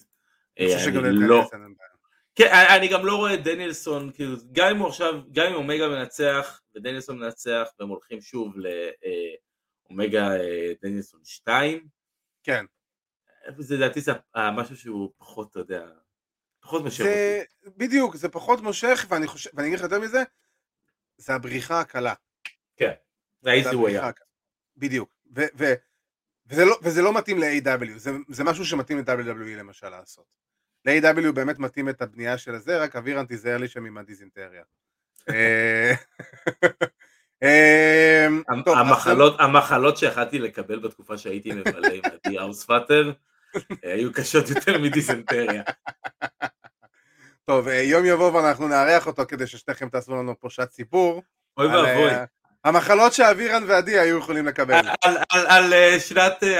כן, אני גם לא רואה את דניאלסון, גם אם אומגה מנצח ודניאלסון מנצח והם הולכים שוב לאומגה דניאלסון 2, כן. זה לדעתי זה משהו שהוא פחות, אתה יודע, פחות מושך אותי. בדיוק, זה פחות מושך, ואני אגיד לך יותר מזה, זה הבריחה הקלה. כן, זה האיזי וויה. בדיוק, וזה לא מתאים ל-AW, זה משהו שמתאים ל-WWE למשל לעשות. ל-AW באמת מתאים את הבנייה של הזה, רק אבירן תיזהר לי שם עם הדיזינטריה. המחלות שיכלתי לקבל בתקופה שהייתי מבלה עם עדי האוספאטר, היו קשות יותר מדיזינטריה. טוב, יום יבוא ואנחנו נארח אותו כדי ששתיכם תעשו לנו פה שעת סיפור. אוי ואבוי. המחלות שאבירן ועדי היו יכולים לקבל. על שנת 2008-2009,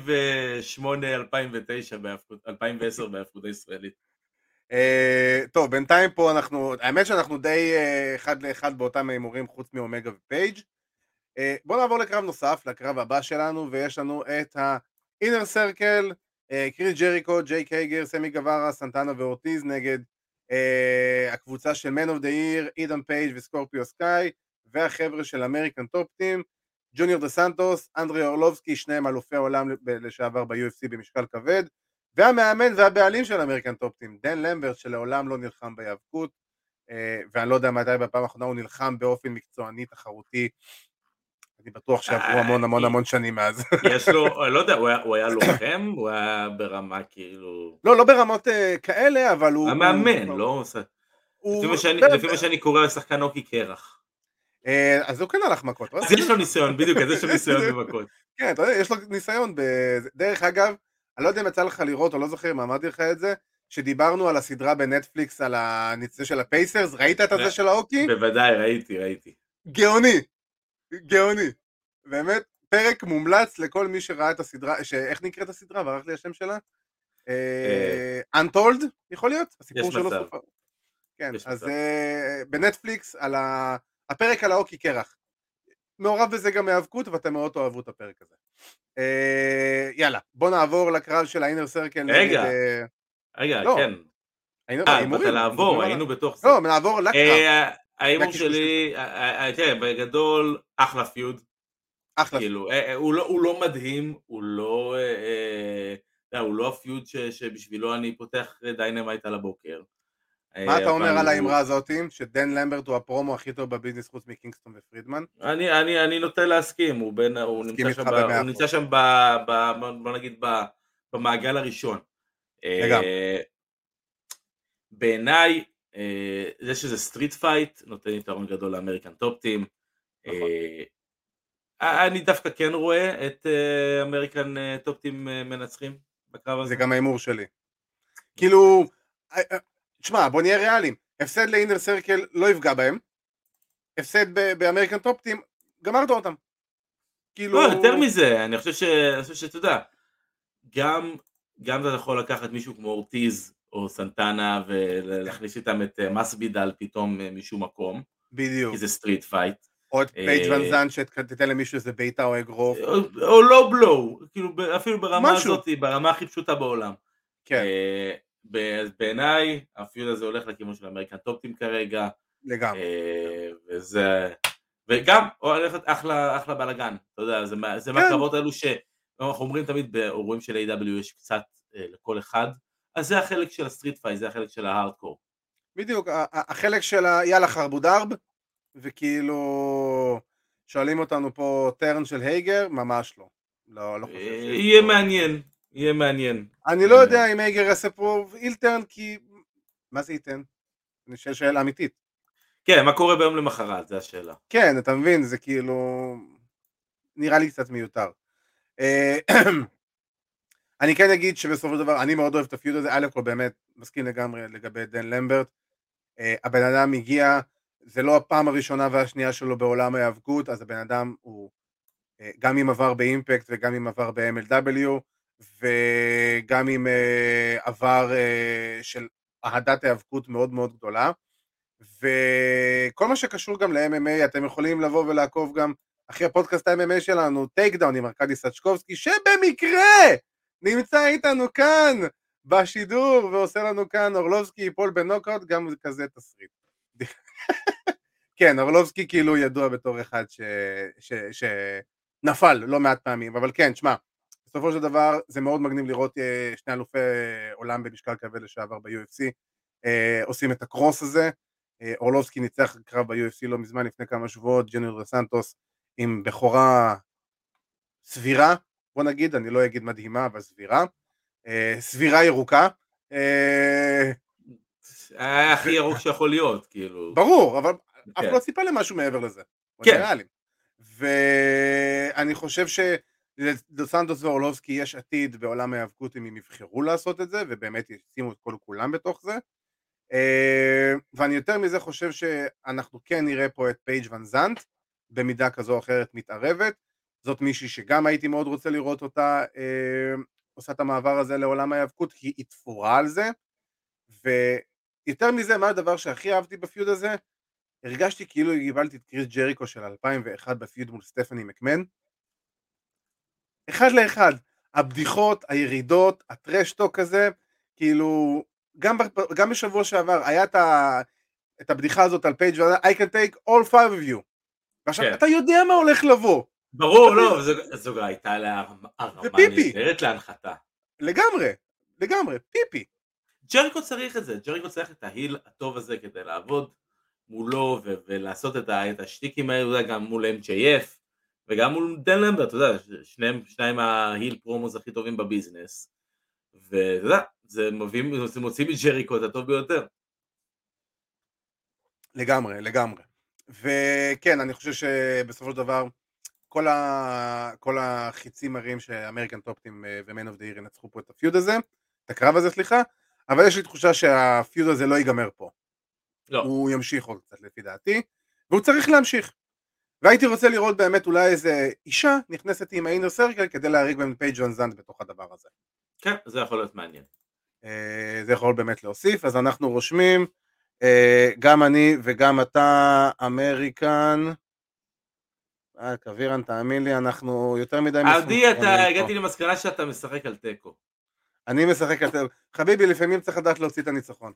2010 בהפקודה הישראלית. טוב, בינתיים פה האמת שאנחנו די אחד לאחד באותם ההימורים חוץ מאומגה ופייג'. בואו נעבור לקרב נוסף, לקרב הבא שלנו, ויש לנו את ה-Inner Circle, קריס ג'ריקו, ג'ייק הייגר, סמי גווארה, סנטנה ואורטיז נגד הקבוצה של Man of the Year, אידן פייג' וסקורפיו סקאי, והחבר'ה של אמריקן טופ טים, ג'וניור דה סנטוס, אנדרי אורלובסקי, שניהם אלופי העולם לשעבר ב-UFC במשקל כבד, והמאמן והבעלים של אמריקן טופ טים, דן למברט, שלעולם לא נלחם בהיאבקות, ואני לא יודע מתי בפעם האחרונה הוא נלחם באופן מקצועני תחרותי, אני בטוח שעברו המון שנים מאז. יש לו, לא יודע, הוא היה לוחם? הוא היה ברמה כאילו... לא ברמות כאלה, אבל הוא... המאמן, לא... לפי מה שאני קורא לשחקן אוקי קרח. אז הוא כן הלך מכות. אז יש לו ניסיון, בדיוק, אז יש לו ניסיון במכות. כן, אתה יודע, יש לו ניסיון. דרך אגב, אני לא יודע אם יצא לך לראות, או לא זוכר אם אמרתי לך את זה, שדיברנו על הסדרה בנטפליקס, על הניצה של הפייסרס, ראית את זה של האוקי? בוודאי, ראיתי. גאוני. באמת, פרק מומלץ לכל מי שראה את הסדרה, איך נקראת הסדרה? ברח לי השם שלה? Untold, יכול להיות? יש מצב. כן, אז בנטפליקס, על הפרק על האוקי קרח. מעורב בזה גם מהאבקות, ואתם מאוד אוהבו את הפרק הזה. יאללה, בוא נעבור לקרב של האינר סרקל. רגע, כן. אתה לעבור, היינו בתוך זה. לא, נעבור לקרב. האימור שלי, תראה, בגדול, אחלה פיוד. כאילו, הוא לא מדהים, הוא לא הוא לא הפיוד שבשבילו אני פותח דיינמייט על הבוקר. מה אתה אומר אבל על האמרה הזאת, שדן למברט הוא הפרומו הכי טוב בביזנס חוץ מקינגסטון ופרידמן? אני נוטה להסכים, הוא מסכים נמצא איתך שם, ב-100%. הוא נמצא שם בוא נגיד במעגל הראשון. לגמרי. בעיניי, זה שזה סטריט פייט נותן יתרון גדול לאמריקן טופ טים. נכון. אני דווקא כן רואה את אמריקן טופ טים מנצחים בקרב הזה. זה גם האימור שלי. כאילו, תשמע, בוא נהיה ריאליים. הפסד לאינר סרקל לא יפגע בהם. הפסד באמריקן טופ טים, גמרת אותם. כאילו... לא, יותר מזה, אני חושב שאתה יודע, גם אתה יכול לקחת מישהו כמו אורטיז או סנטנה ולהכניס איתם את מסבידל פתאום משום מקום. בדיוק. כי זה סטריט פייט. או את פייג' ון זן שתתן למישהו איזה ביתה או אגרוף. או לא בלואו, כאילו אפילו ברמה משהו. הזאת, ברמה הכי פשוטה בעולם. כן. בעיניי, הפיוד הזה הולך לכיוון של אמריקן טופטים כרגע. לגמרי. וגם, הולכת אחלה בלגן, אתה יודע, זה מהקרבות האלו שאנחנו אומרים תמיד באירועים של A.W. יש קצת לכל אחד, אז זה החלק של הסטריט פייט, זה החלק של ההארדקור. בדיוק, החלק של יאללה חרבו דרב, וכאילו שואלים אותנו פה טרן של הייגר, ממש לא. לא חושב יהיה מעניין. אני לא יודע אם הייגר יעשה פה אילטרן, כי מה זה ייתן? אני שואל שאלה אמיתית. כן, מה קורה ביום למחרת, זה השאלה. כן, אתה מבין, זה כאילו נראה לי קצת מיותר. אני כן אגיד שבסופו של דבר אני מאוד אוהב את הפיוד הזה, א' כל באמת מסכים לגמרי לגבי דן למברט. הבן אדם הגיע, זה לא הפעם הראשונה והשנייה שלו בעולם ההיאבקות, אז הבן אדם הוא גם עם עבר באימפקט וגם עם עבר ב-MLW וגם עם עבר של אהדת ההיאבקות מאוד מאוד גדולה, וכל מה שקשור גם ל-MMA אתם יכולים לבוא ולעקוב גם אחרי הפודקאסט ה-MMA שלנו, טייק דאון עם ארקדי סצ'קובסקי, שבמקרה נמצא איתנו כאן בשידור ועושה לנו כאן אורלובסקי ייפול בנוקאוט, גם כזה תסריט. כן, אורלובסקי כאילו ידוע בתור אחד שנפל לא מעט פעמים, אבל כן, שמע, בסופו של דבר זה מאוד מגניב לראות שני אלופי עולם במשקל כבד לשעבר ב-UFC עושים את הקרוס הזה. אורלובסקי ניצח קרב ב-UFC לא מזמן, לפני כמה שבועות, ג'וניור דס סנטוס עם בכורה סבירה, בוא נגיד, אני לא אגיד מדהימה, אבל סבירה, סבירה ירוקה. היה הכי ירוק שיכול להיות, כאילו. ברור, אבל אף לא ציפה למשהו מעבר לזה. כן. ואני חושב שלדס סנטוס ואורלובסקי יש עתיד בעולם ההיאבקות אם הם יבחרו לעשות את זה, ובאמת ישימו את כולם בתוך זה. ואני יותר מזה חושב שאנחנו כן נראה פה את פייג' ון זנט, במידה כזו או אחרת מתערבת. זאת מישהי שגם הייתי מאוד רוצה לראות אותה עושה את המעבר הזה לעולם ההיאבקות, כי היא תפורה על זה. ויותר מזה, מה הדבר שהכי אהבתי בפיוד הזה? הרגשתי כאילו קיבלתי את קריס ג'ריקו של 2001 בפיוד מול סטפני מקמן. אחד לאחד, הבדיחות, הירידות, הטרשטוק הזה, כאילו, גם בשבוע שעבר היה את הבדיחה הזאת על פייג' I can take all five of you. ועכשיו, אתה יודע מה הולך לבוא. ברור, לא, זו הייתה לה הרמה נהדרת להנחתה. לגמרי, פיפי. ג'ריקו צריך את זה, ג'ריקו צריך את ההיל הטוב הזה כדי לעבוד מולו ולעשות את השטיקים האלה, גם מול MJF וגם מול דן למברט, אתה יודע, שניים ההיל פרומוס הכי טובים בביזנס, ואתה יודע, זה מוציא מג'ריקו את הטוב ביותר. לגמרי. וכן, אני חושב שבסופו של דבר, כל החיצים מראים שאמריקן טופטים ומיין אוף דה עיר ינצחו פה את הפיוד הזה, את הקרב הזה, סליחה, אבל יש לי תחושה שהפיוד הזה לא ייגמר פה. לא. הוא ימשיך עוד קצת לפי דעתי, והוא צריך להמשיך. והייתי רוצה לראות באמת אולי איזה אישה נכנסת עם האינר סרקל כדי להריג בהם פייג' ון זנט בתוך הדבר הזה. כן, זה יכול להיות מעניין. זה יכול באמת להוסיף, אז אנחנו רושמים, גם אני וגם אתה אמריקן, קווירן, תאמין לי, אנחנו יותר מדי עדי, אתה הגעתי למסקנה שאתה משחק על טקו. אני משחק על טקו. חביבי, לפעמים צריך לדעת להוציא את הניצחון.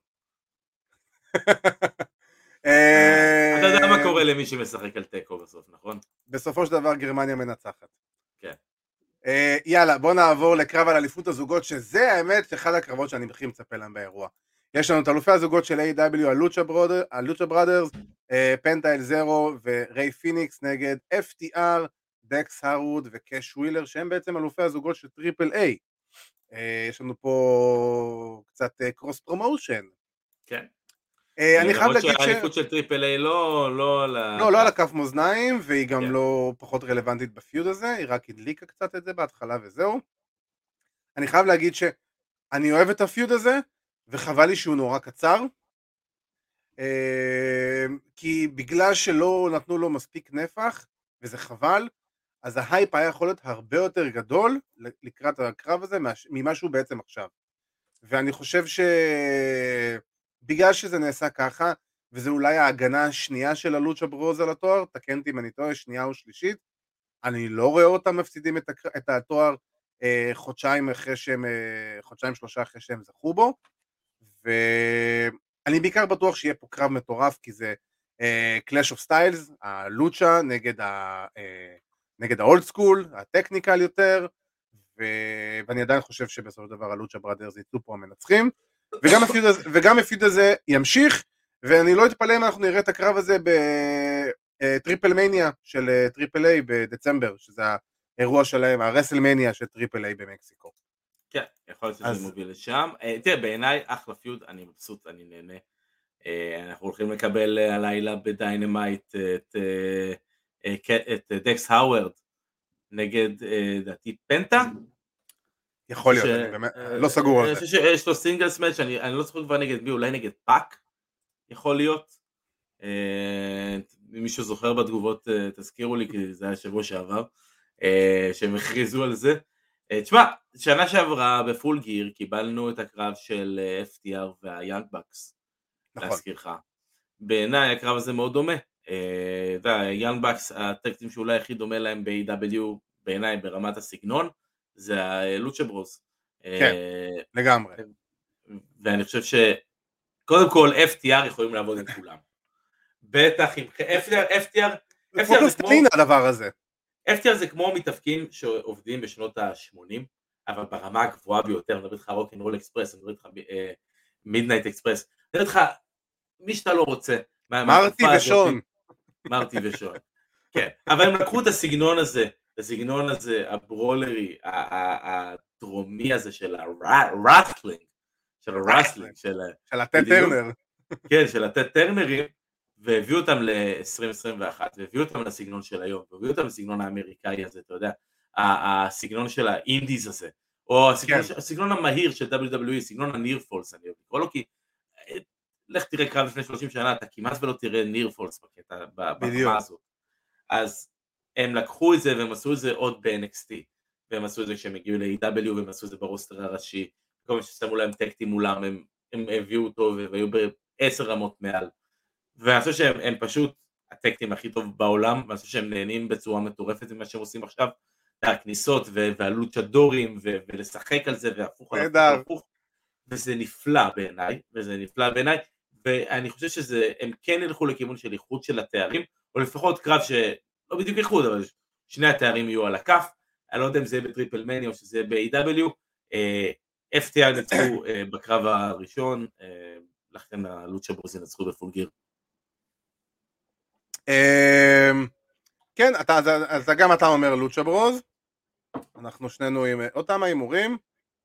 אתה יודע מה קורה למי שמשחק על טקו בסוף, נכון? בסופו של דבר גרמניה מנצחת. כן. יאללה, בוא נעבור לקרב על אליפות הזוגות, שזה האמת אחד הקרבות שאני הכי מצפה להם באירוע. יש לנו את אלופי הזוגות של A.W. הלוצ'ה בראדרס, פנטה אל זרו וריי פיניקס נגד FTR, דקס הרוד וקש ווילר, שהם בעצם אלופי הזוגות של טריפל איי. יש לנו פה קצת קרוס פרומושן. כן. אני חייב להגיד שהאליפות של טריפל איי לא על הכף מאזניים, והיא גם לא פחות רלוונטית בפיוד הזה, היא רק הדליקה קצת את זה בהתחלה וזהו. אני חייב להגיד שאני אוהב את הפיוד הזה, וחבל לי שהוא נורא קצר, כי בגלל שלא נתנו לו מספיק נפח, וזה חבל, אז ההייפ היה יכול להיות הרבה יותר גדול לקראת הקרב הזה ממה שהוא בעצם עכשיו. ואני חושב שבגלל שזה נעשה ככה, וזה אולי ההגנה השנייה של הלוצ'ה ברוז על התואר, תקן אותי אם אני טועה, שנייה או שלישית, אני לא רואה אותם מפסידים את התואר חודשיים שלושה אחרי שהם זכו בו, ואני בעיקר בטוח שיהיה פה קרב מטורף, כי זה Clash of Styles, הלוצ'ה נגד האולד סקול, הטכניקל יותר, ואני עדיין חושב שבסופו של דבר הלוצ'ה בראדרס יצאו פה המנצחים, וגם הפיוד הזה ימשיך, ואני לא אתפלא אם אנחנו נראה את הקרב הזה בטריפל מניה של טריפל איי בדצמבר, שזה האירוע שלהם, הרסלמניה של טריפל איי במקסיקו. כן, יכול להיות שזה מוביל לשם. תראה, בעיניי אחלה פיוד, אני מבסוט, אני נהנה. אנחנו הולכים לקבל הלילה בדיינמייט את דקס האוורד נגד דעתי פנטה. יכול להיות, אני באמת לא סגור על זה. יש לו סינגלס מאץ', אני לא זוכר כבר נגד מי, אולי נגד פאק יכול להיות. מישהו זוכר בתגובות תזכירו לי, כי זה היה שבוע שעבר שהם הכריזו על זה. תשמע, שנה שעברה בפול גיר קיבלנו את הקרב של FTR והיאנג בקס, להזכירך. בעיניי הקרב הזה מאוד דומה. היאנג בקס, הטקטים שאולי הכי דומה להם ב-AW בעיניי ברמת הסגנון, זה הלוצ'ה ברוז. כן, לגמרי. ואני חושב שקודם כל FTR יכולים לעבוד עם כולם. בטח עם FTR, זה פלוסטין הדבר הזה. FTR זה כמו מתאפקים שעובדים בשנות ה-80, אבל ברמה הגבוהה ביותר, אני מדבר איתך רוק'נ'רול אקספרס, אני מדבר איתך מידנייט אקספרס, אני מדבר איתך מי שאתה לא רוצה. מרטי ושון. כן, אבל הם לקחו את הסגנון הזה, הברולרי, הדרומי הזה של הרסלינג, של הטד טרנר. כן, של הטד טרנרים, והביאו אותם ל-2021, והביאו אותם לסגנון של היום, והביאו אותם לסגנון האמריקאי הזה, אתה יודע, הסגנון של האינדיז הזה, או הסגנון המהיר של WWE, סגנון הניר פולס, אני אקרא לו, כי לך תראה קרב לפני 30 שנה, אתה כמעט ולא תראה ניר פולס בקטע, ברמה הזאת. אז הם לקחו את זה, והם עשו את זה עוד ב-NXT, והם עשו את זה כשהם הגיעו ל-AW, והם עשו את זה ברוסטר הראשי, כל מי ששמו להם טקטים מולם, הם הביאו אותו, והיו ב10 רמות מעל. ואני חושב שהם פשוט הטקטים הכי טוב בעולם, ואני חושב שהם נהנים בצורה מטורפת ממה שהם עושים עכשיו, הכניסות והלוצ'דורים, ולשחק על זה, והפוך על הפוך, וזה נפלא בעיניי, ואני חושב שהם כן ילכו לכיוון של איחוד של התארים, או לפחות קרב שלא בדיוק איחוד, אבל שני התארים יהיו על הכף, אני לא יודע אם זה יהיה בטריפל מני או שזה ב-AW, FTR נצחו בקרב הראשון, לכן הלוצ'ה ברוז נצחו בפול גיר. כן, אז גם אתה אומר לוצ'ה ברוז, אנחנו שנינו עם אותם האימורים.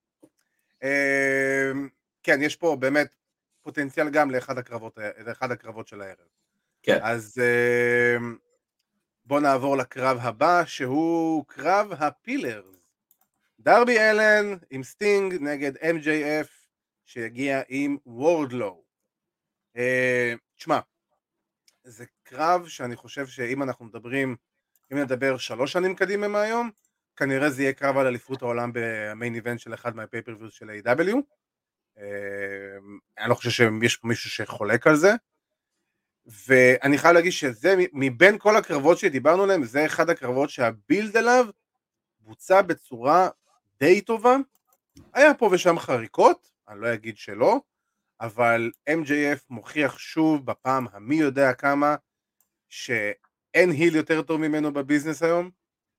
כן, יש פה באמת פוטנציאל גם לאחד הקרבות של הערב. כן. אז בוא נעבור לקרב הבא, שהוא קרב הפילרס. דרבי אלן עם סטינג נגד MJF, שיגיע עם וורדלו. תשמע, זה קרב שאני חושב שאם אנחנו נדבר 3 שנים קדימה מהיום, כנראה זה יהיה קרב על אליפות העולם במיין איבנט של אחד מהפייפריוויוז של A.W. אני לא חושב שיש פה מישהו שחולק על זה, ואני חייב להגיד שזה מבין כל הקרבות שדיברנו עליהם, זה אחד הקרבות שהבילד עליו בוצע בצורה די טובה. היה פה ושם חריקות, אני לא אגיד שלא, אבל MJF מוכיח שוב בפעם המי יודע כמה שאין היל יותר טוב ממנו בביזנס היום,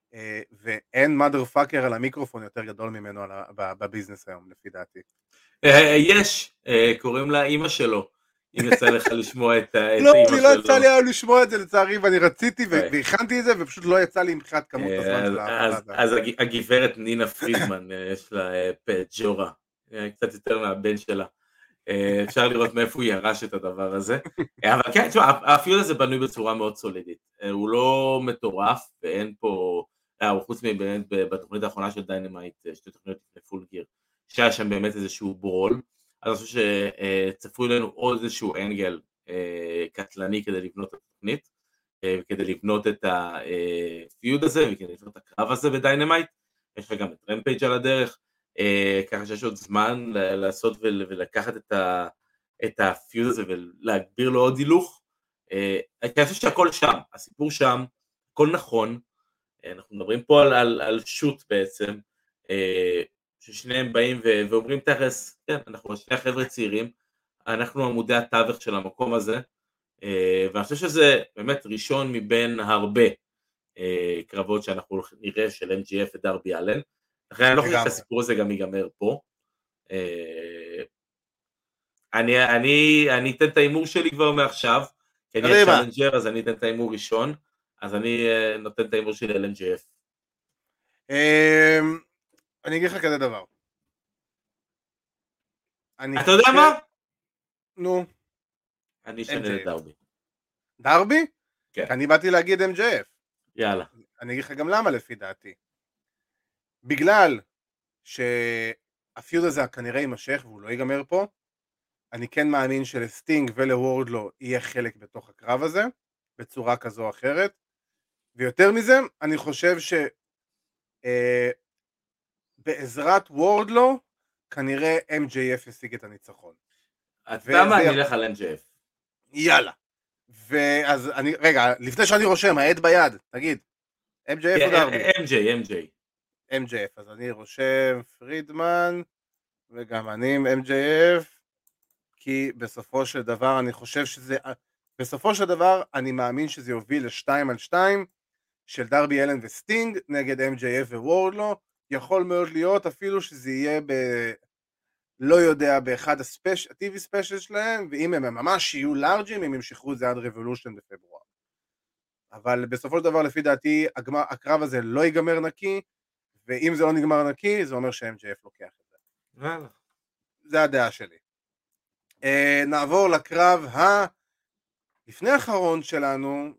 ואין mother fucker על המיקרופון יותר גדול ממנו בביזנס היום, לפי דעתי. יש, קוראים לה אמא שלו, אם יצא לך לשמוע את לא, אמא לי לא יצא לי שלו. היום לשמוע את זה לצערי, ואני רציתי והכנתי את זה, ופשוט לא יצא לי מבחינת כמות הזמן של העבודה. אז הגברת נינה פרידמן, יש לה פג'ורה, קצת יותר מהבן שלה. אפשר לראות מאיפה הוא ירש את הדבר הזה. אבל כן, תשמע, הפיוד הזה בנוי בצורה מאוד סולידית. הוא לא מטורף, ואין פה, חוץ מבאמת בתוכנית האחרונה של דיינמייט, שתי תוכניות לפני פול גיר, שהיה שם באמת איזשהו ברול, אז אני חושב שצפוי לנו עוד איזשהו אנגל קטלני כדי לבנות את התוכנית, וכדי לבנות את הפיוד הזה, וכדי לבנות את הקרב הזה בדיינמייט, יש לך גם את רמפייג' על הדרך, ככה שיש עוד זמן לעשות ולקחת את הפיוד הזה ולהגביר לו עוד הילוך, כי אני חושב שהכל שם, הסיפור שם, הכל נכון, אנחנו מדברים פה על שוט בעצם, ששניהם באים ואומרים תכלס, כן, אנחנו שני חבר'ה צעירים, אנחנו עמודי התווך של המקום הזה, ואני חושב שזה באמת ראשון מבין הרבה קרבות שאנחנו נראה של MJF ודרבי אלן, לכן אני לא חושב שהסיפור הזה גם ייגמר פה. אני אתן את האימור שלי כבר מעכשיו, כי אני הצ'אלנג'ר, אז אני אתן את האימור ראשון, אז אני נותן את האימור שלי על MJF. אני אגיד לך כזה דבר. אתה יודע מה? נו. אני אשנה את דרבי. דרבי? כן. אני באתי להגיד MJF. יאללה. אני אגיד לך גם למה לפי דעתי. בגלל שהפיוד הזה כנראה יימשך והוא לא ייגמר פה, אני כן מאמין שלסטינג ולוורדלו יהיה חלק בתוך הקרב הזה, בצורה כזו או אחרת, ויותר מזה, אני חושב שבעזרת וורדלו, כנראה MJF ישיג את הניצחון. אתה יודע מה? אני אלך על MJF. יאללה. ואז אני, רגע, לפני שאני רושם, העד ביד, תגיד, MJF או דרבי? MJF, אז אני רושם פרידמן, וגם אני עם MJF, כי בסופו של דבר אני חושב שזה, בסופו של דבר אני מאמין שזה יוביל ל2-2 של דרבי אלן וסטינג נגד MJF ווורדלו, יכול מאוד להיות אפילו שזה יהיה לא יודע, באחד הטי.וי ספיישל שלהם, ואם הם ממש יהיו לארג'ים, הם ימשכו את זה עד רבולושן בפברואר. אבל בסופו של דבר, לפי דעתי, הקרב הזה לא ייגמר נקי, ואם זה לא נגמר נקי, זה אומר ש-MJF לוקח את זה. זה הדעה שלי. נעבור לקרב לפני האחרון שלנו,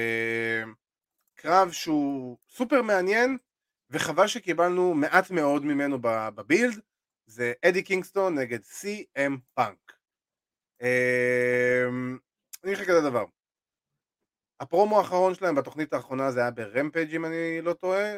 וקרב שהוא סופר מעניין, וחבל שקיבלנו מעט מאוד ממנו בבילד, זה אדי קינגסטון נגד CM פאנק. אני אגיד לך כזה דבר. הפרומו האחרון שלהם בתוכנית האחרונה זה היה ברמפייג' אם אני לא טועה.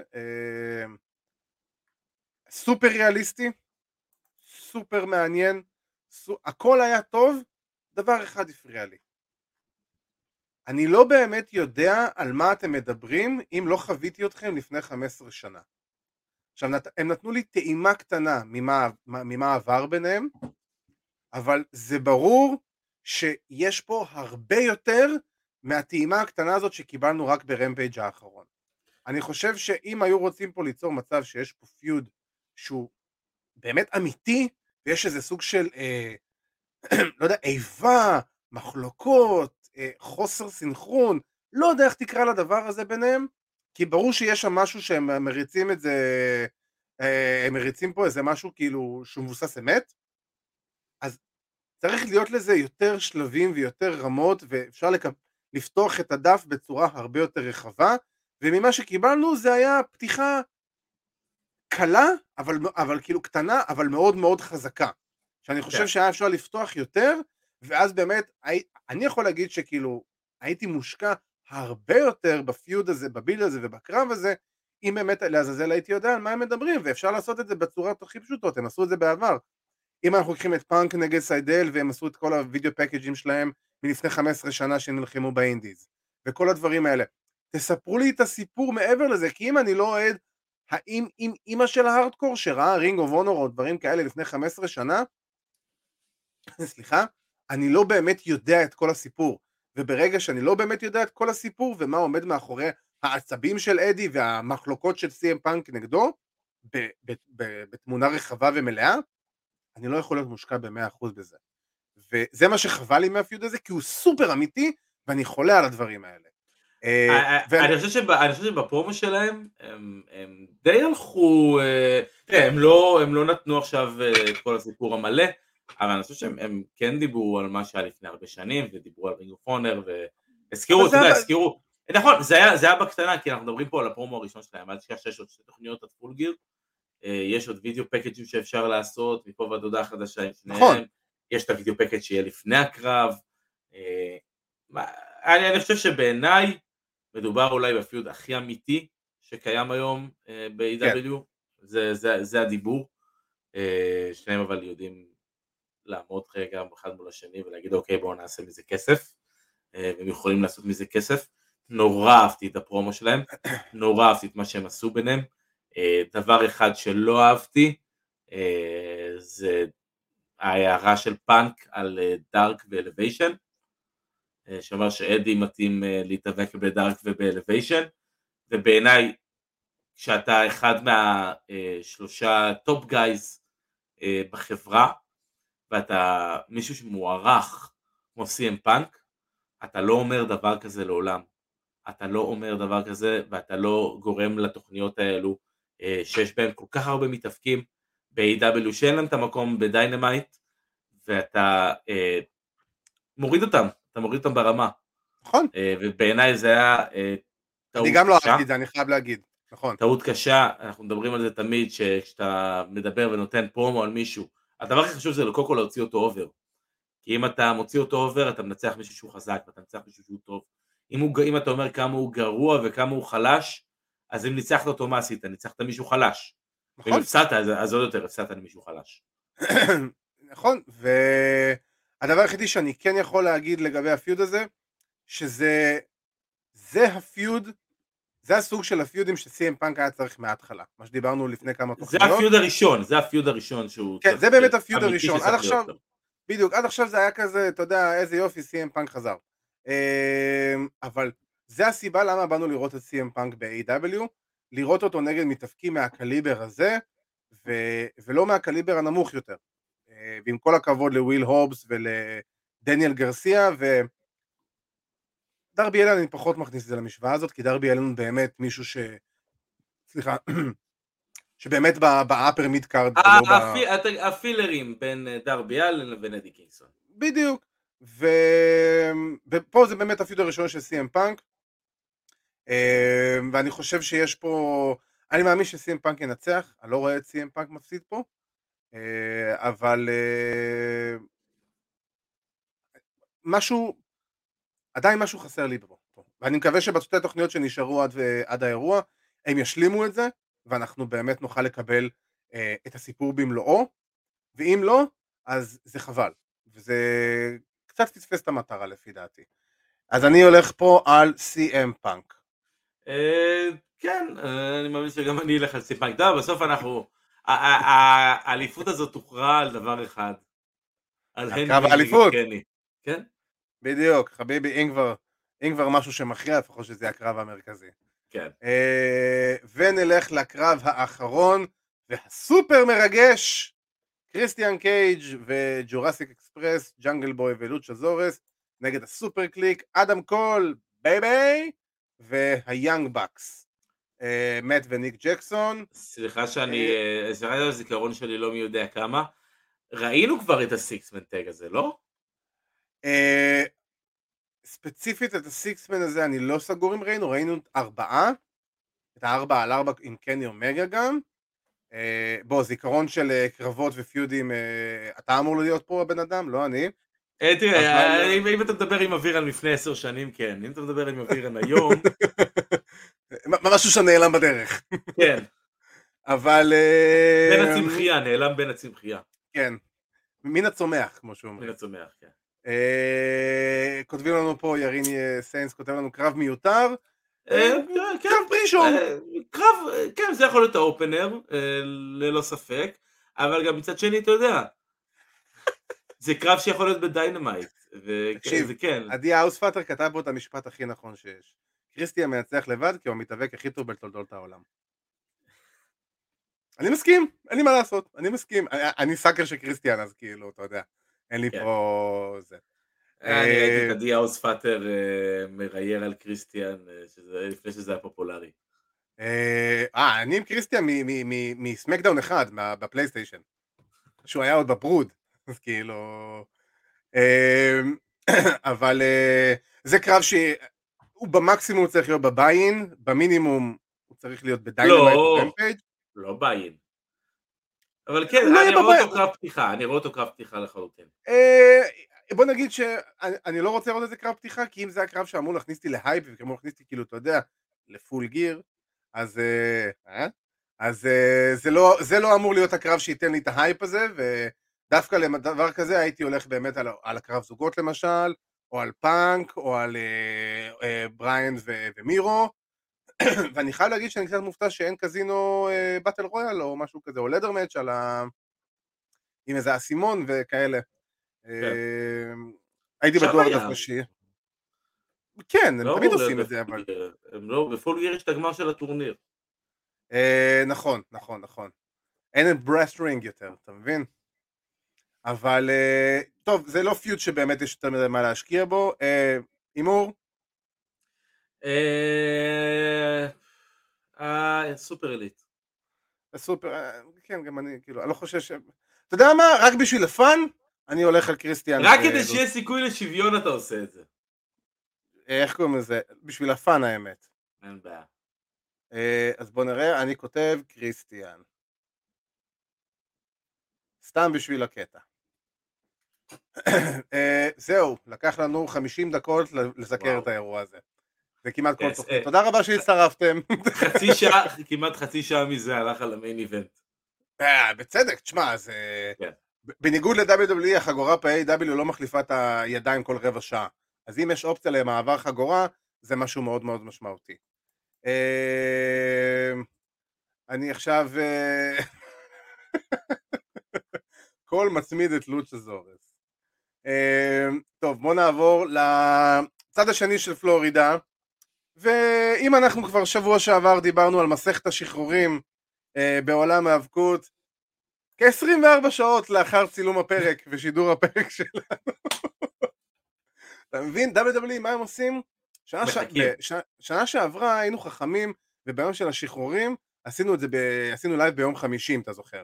סופר ריאליסטי, סופר מעניין, הכל היה טוב, דבר אחד הפריע לי. אני לא באמת יודע על מה אתם מדברים אם לא חוויתי אתכם לפני 15 שנה. עכשיו, הם נתנו לי טעימה קטנה ממה עבר ביניהם, אבל זה ברור שיש פה הרבה יותר מהטעימה הקטנה הזאת שקיבלנו רק ברמפייג' האחרון. אני חושב שאם היו רוצים פה ליצור מצב שיש פה פיוד שהוא באמת אמיתי, ויש איזה סוג של, לא יודע, איבה, מחלוקות, חוסר סינכרון, לא יודע איך תקרא לדבר הזה ביניהם, כי ברור שיש שם משהו שהם מריצים את זה, הם מריצים פה איזה משהו כאילו שהוא מבוסס אמת, אז צריך להיות לזה יותר שלבים ויותר רמות, ואפשר לפתוח את הדף בצורה הרבה יותר רחבה, וממה שקיבלנו זה היה פתיחה קלה, אבל כאילו קטנה, אבל מאוד מאוד חזקה, שאני חושב שהיה אפשר לפתוח יותר, ואז באמת, אני יכול להגיד שכאילו, הייתי מושקע הרבה יותר בפיוד הזה, בביל הזה ובקרב הזה, אם באמת לעזאזל הייתי יודע על מה הם מדברים, ואפשר לעשות את זה בצורות הכי פשוטות, הם עשו את זה בעבר. אם אנחנו לוקחים את פאנק נגד סיידל, והם עשו את כל הווידאו פקאג'ים שלהם, מלפני 15 שנה שנלחמו באינדיז, וכל הדברים האלה, תספרו לי את הסיפור מעבר לזה, כי אם אני לא אוהד, האם אמא של ההארדקור שראה רינג אוף אונור או דברים כאלה לפני 15 שנה, סליחה, אני לא באמת יודע את כל הסיפור, וברגע שאני לא באמת יודע את כל הסיפור ומה עומד מאחורי העצבים של אדי והמחלוקות של CM פאנק נגדו, בתמונה רחבה ומלאה, אני לא יכול להיות מושקע ב100% בזה. וזה מה שחבל לי מהפיוד הזה, כי הוא סופר אמיתי, ואני חולה על הדברים האלה. אני חושב שבפרומו שלהם, הם די הלכו, הם לא נתנו עכשיו את כל הסיפור המלא, אבל אני חושב שהם כן דיברו על מה שהיה לפני הרבה שנים, ודיברו על רינג אוף אונר, והזכירו, אתה יודע, הזכירו, נכון, זה היה בקטנה, כי אנחנו מדברים פה על הפרומו הראשון שלהם, אל תשכח שיש עוד 2 תוכניות עד פול גיר, יש עוד וידאו פקאג'ים שאפשר לעשות, מפה ועד הודעה חדשה עם שניהם, יש את הוידאו פקאג' שיהיה לפני הקרב, אני חושב שבעיניי, מדובר אולי בפיוד הכי אמיתי שקיים היום ב-AW, זה הדיבור, שניהם אבל יודעים לעמוד רגע אחד מול השני ולהגיד אוקיי בואו נעשה מזה כסף, והם יכולים לעשות מזה כסף. נורא אהבתי את הפרומו שלהם, נורא אהבתי את מה שהם עשו ביניהם. דבר אחד שלא אהבתי, זה ההערה של פאנק על דארק ואלוויישן, שאומר שאדי מתאים להתאבק בדארק ובאלוויישן, ובעיניי כשאתה אחד מה3 טופ גייז בחברה, ואתה מישהו שמוערך כמו CM פאנק, אתה לא אומר דבר כזה לעולם, אתה לא אומר דבר כזה, ואתה לא גורם לתוכניות האלו, שיש בהם כל כך הרבה מתאבקים ב-AW, שאין להם את המקום בדיינמייט, ואתה מוריד אותם, אתה מוריד אותם ברמה. נכון. ובעיניי זה היה טעות קשה. אני גם לא אהבתי את זה, אני חייב להגיד. נכון. טעות קשה, אנחנו מדברים על זה תמיד, שכשאתה מדבר ונותן פרומו על מישהו, הדבר הכי חשוב זה קודם כל להוציא אותו אובר. כי אם אתה מוציא אותו אובר, אתה מנצח מישהו שהוא חזק, ואתה מנצח מישהו שהוא טוב. אם אתה אומר כמה הוא גרוע וכמה הוא חלש, אז אם ניצחת אותו מה עשית? ניצחת מישהו חלש. נכון. ואם הפסדת, אז עוד יותר הפסדת למישהו חלש. נכון, והדבר היחידי שאני כן יכול להגיד לגבי הפיוד הזה, שזה הפיוד, זה הסוג של הפיודים ש-CM פאנק היה צריך מההתחלה, מה שדיברנו לפני כמה תוכניות. זה הפיוד הראשון שהוא... כן, זה באמת הפיוד הראשון, עד עכשיו, בדיוק, עד עכשיו זה היה כזה, אתה יודע, איזה יופי, CM פאנק חזר. אבל זה הסיבה למה באנו לראות את CM פאנק ב-AW, לראות אותו נגד מתאבקים מהקליבר הזה, ולא מהקליבר הנמוך יותר. ועם כל הכבוד לוויל הובס ולדניאל גרסיה, דרבי אלן אני פחות מכניס את זה למשוואה הזאת, כי דרבי אלן באמת מישהו שבאמת באפר מיד קארד. הפילרים בין דרבי אלן לבין אדי קינגסון. בדיוק, ופה זה באמת הפיוד הראשון של CM פאנק, ואני חושב שיש פה, אני מאמין ש-CM פאנק ינצח, אני לא רואה את CM פאנק מפסיד פה, אבל עדיין משהו חסר לי פה, ואני מקווה שבשתי התוכניות שנשארו עד האירוע, הם ישלימו את זה, ואנחנו באמת נוכל לקבל את הסיפור במלואו, ואם לא, אז זה חבל, וזה קצת פספס את המטרה לפי דעתי. אז אני הולך פה על CM פאנק. כן, אני מאמין שגם אני אלך על CM פאנק. בסוף אנחנו, האליפות הזאת תוכרע על דבר אחד. על קרב האליפות. כן? בדיוק, חביבי, אם כבר משהו שמכריע, לפחות שזה הקרב המרכזי. כן. ונלך לקרב האחרון, והסופר מרגש, קריסטיאן קייג' וג'ורסיק אקספרס, ג'אנגל בוי ולוצ'ה זורס, נגד הסופר קליק, אדם קול, בייבי, והיאנג בקס, מאט וניק ג'קסון. סליחה שאני, הזיכרון שלי לא מי יודע כמה, ראינו כבר את הסיקסמן טג הזה, לא? ספציפית את הסיקסמן הזה אני לא סגור אם ראינו 4, את 4 על 4 עם קני אומגה גם. בוא, זיכרון של קרבות ופיודים, אתה אמור להיות פה הבן אדם, לא אני. תראה, אם אתה מדבר עם אבירן לפני 10 שנים, כן, אם אתה מדבר עם אבירן היום... משהו שנעלם בדרך. כן. אבל... בין הצמחייה, נעלם בין הצמחייה. כן, מן הצומח, כמו שהוא אומר. מן הצומח, כן. כותבים לנו פה, ירין סיינס כותב לנו קרב מיותר. קרב פרישון. כן, זה יכול להיות האופנר, ללא ספק, אבל גם מצד שני, אתה יודע, זה קרב שיכול להיות בדיינמייט. תקשיב, עדי האוספאטר כתב פה את המשפט הכי נכון שיש. קריסטיאן מנצח לבד כי הוא המתאבק הכי טוב בתולדות העולם. אני מסכים, אין לי מה לעשות, אני מסכים, אני סאקר של קריסטיאן, אז כאילו, אתה יודע, אין לי פה זה. אני ראיתי את עדי האוס פאטר מרייר על קריסטיאן לפני שזה היה פופולרי. אני עם קריסטיאן מסמקדאון אחד בפלייסטיישן, שהוא היה עוד בברוד, אז כאילו, אבל זה קרב שהוא במקסימום צריך להיות בביין, במינימום הוא צריך להיות בדיינמייט או רמפייג'. לא ביין. אבל כן, אני רואה אותו קרב פתיחה לחלוטין. בוא נגיד שאני לא רוצה לראות איזה קרב פתיחה, כי אם זה הקרב שאמור להכניס אותי להייפ, וכמו להכניס אותי כאילו, אתה יודע, לפול גיר, אז זה לא אמור להיות הקרב שייתן לי את ההייפ הזה, ודווקא לדבר כזה הייתי הולך באמת על הקרב זוגות למשל, או על פאנק, או על בריין ומירו, ואני חייב להגיד שאני קצת מופתע שאין קזינו באטל רויאל או משהו כזה, או לדר מאץ' עם איזה אסימון וכאלה. הייתי בטוח דווקא שיהיה. כן, הם תמיד עושים את זה, אבל... הם לא, בפול גיר יש את הגמר של הטורניר. נכון. אין את ברסט רינג יותר, אתה מבין? אבל, טוב, זה לא פיוט שבאמת יש יותר מדי מה להשקיע בו. אימור? סופר אליט. כן, גם אני, כאילו, אני לא חושב ש... אתה יודע מה? רק בשביל הפאן, אני הולך על קריסטיאן. רק כדי שיהיה סיכוי לשוויון אתה עושה את זה. איך קוראים לזה? בשביל הפאן האמת. אין בעיה. אז בוא נראה, אני כותב קריסטיאן. סתם בשביל הקטע. זהו, לקח לנו 50 דקות לזכר את האירוע הזה. זה כמעט כל תוכנית. תודה רבה שהצטרפתם. כמעט חצי שעה מזה הלך על המיין איבנט. בצדק, תשמע, זה... בניגוד ל-WWE, החגורה ב-AW לא מחליפה את הידיים כל רבע שעה. אז אם יש אופציה למעבר חגורה, זה משהו מאוד מאוד משמעותי. אני עכשיו... כל מצמיד את לוצ'זורס. טוב, בוא נעבור לצד השני של פלורידה, ואם אנחנו כבר שבוע שעבר דיברנו על מסכת השחרורים בעולם האבקות, כ-24 שעות לאחר צילום הפרק ושידור הפרק שלנו. אתה מבין? WWE, מה הם עושים? שנה שעברה היינו חכמים, וביום של השחרורים עשינו את זה, עשינו לייב ביום חמישי, אם אתה זוכר.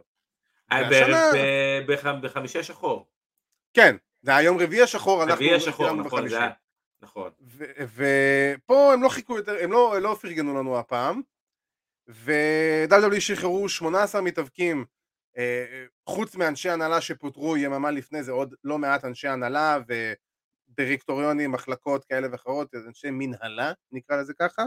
בחמישי השחור. כן, זה היום רביעי השחור, רביעי השחור, נכון, זה היה, נכון. ופה הם לא חיכו יותר, הם לא פרגנו לנו הפעם, ו-WWE שחררו 18 מתאבקים, חוץ מאנשי הנהלה שפוטרו יממה לפני זה, עוד לא מעט אנשי הנהלה ודירקטוריונים, מחלקות כאלה ואחרות, אנשי מנהלה, נקרא לזה ככה,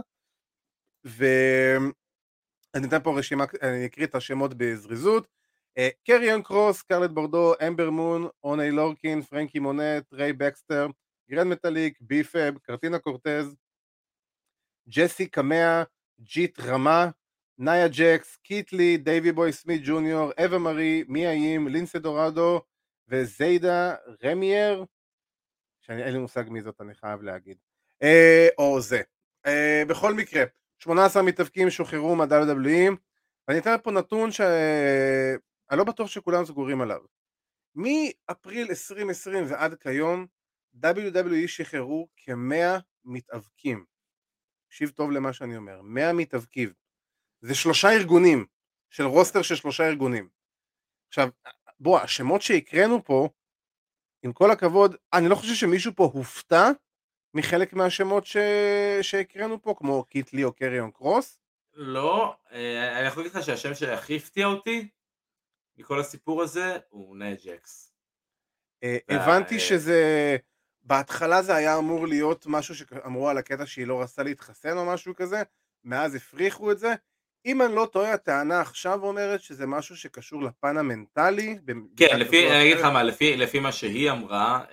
ואני אתן פה רשימה, אני אקריא את השמות בזריזות, קריון קרוס, קרלט בורדו, אמבר מון, אוני לורקין, פרנקי מונט, ריי בקסטר, גרנד מטליק, ביפאב, קרטינה קורטז, ג'סי קמאה, ג'יט רמה, נאיה ג'קס, קיטלי, דייבי בוי סמית ג'וניור, אווה מרי, מיה ים, לינסה דורדו וזיידה רמייר, אין לי מושג מי זאת, אני חייב להגיד, או זה. בכל מקרה, 18 מתאבקים שוחררו מה-WWE, ואני אתן פה נתון אני לא בטוח שכולם סגורים עליו. מאפריל 2020 ועד כיום, WWE שחררו כ-100 מתאבקים. תקשיב טוב למה שאני אומר, 100 מתאבקים. זה 3 ארגונים, של רוסטר של 3 ארגונים. עכשיו, בוא, השמות שהקראנו פה, עם כל הכבוד, אני לא חושב שמישהו פה הופתע מחלק מהשמות שהקראנו פה, כמו קיטלי או קריון קרוס. לא, אני יכול להגיד לך שהשם שהכי הפתיע אותי מכל הסיפור הזה הוא נאיה ג'קס. הבנתי שזה, בהתחלה זה היה אמור להיות משהו שאמרו על הקטע שהיא לא רצתה להתחסן או משהו כזה, מאז הפריחו את זה. אם אני לא טועה, הטענה עכשיו אומרת שזה משהו שקשור לפן המנטלי. כן, אני אגיד לך מה, לפי מה שהיא אמרה,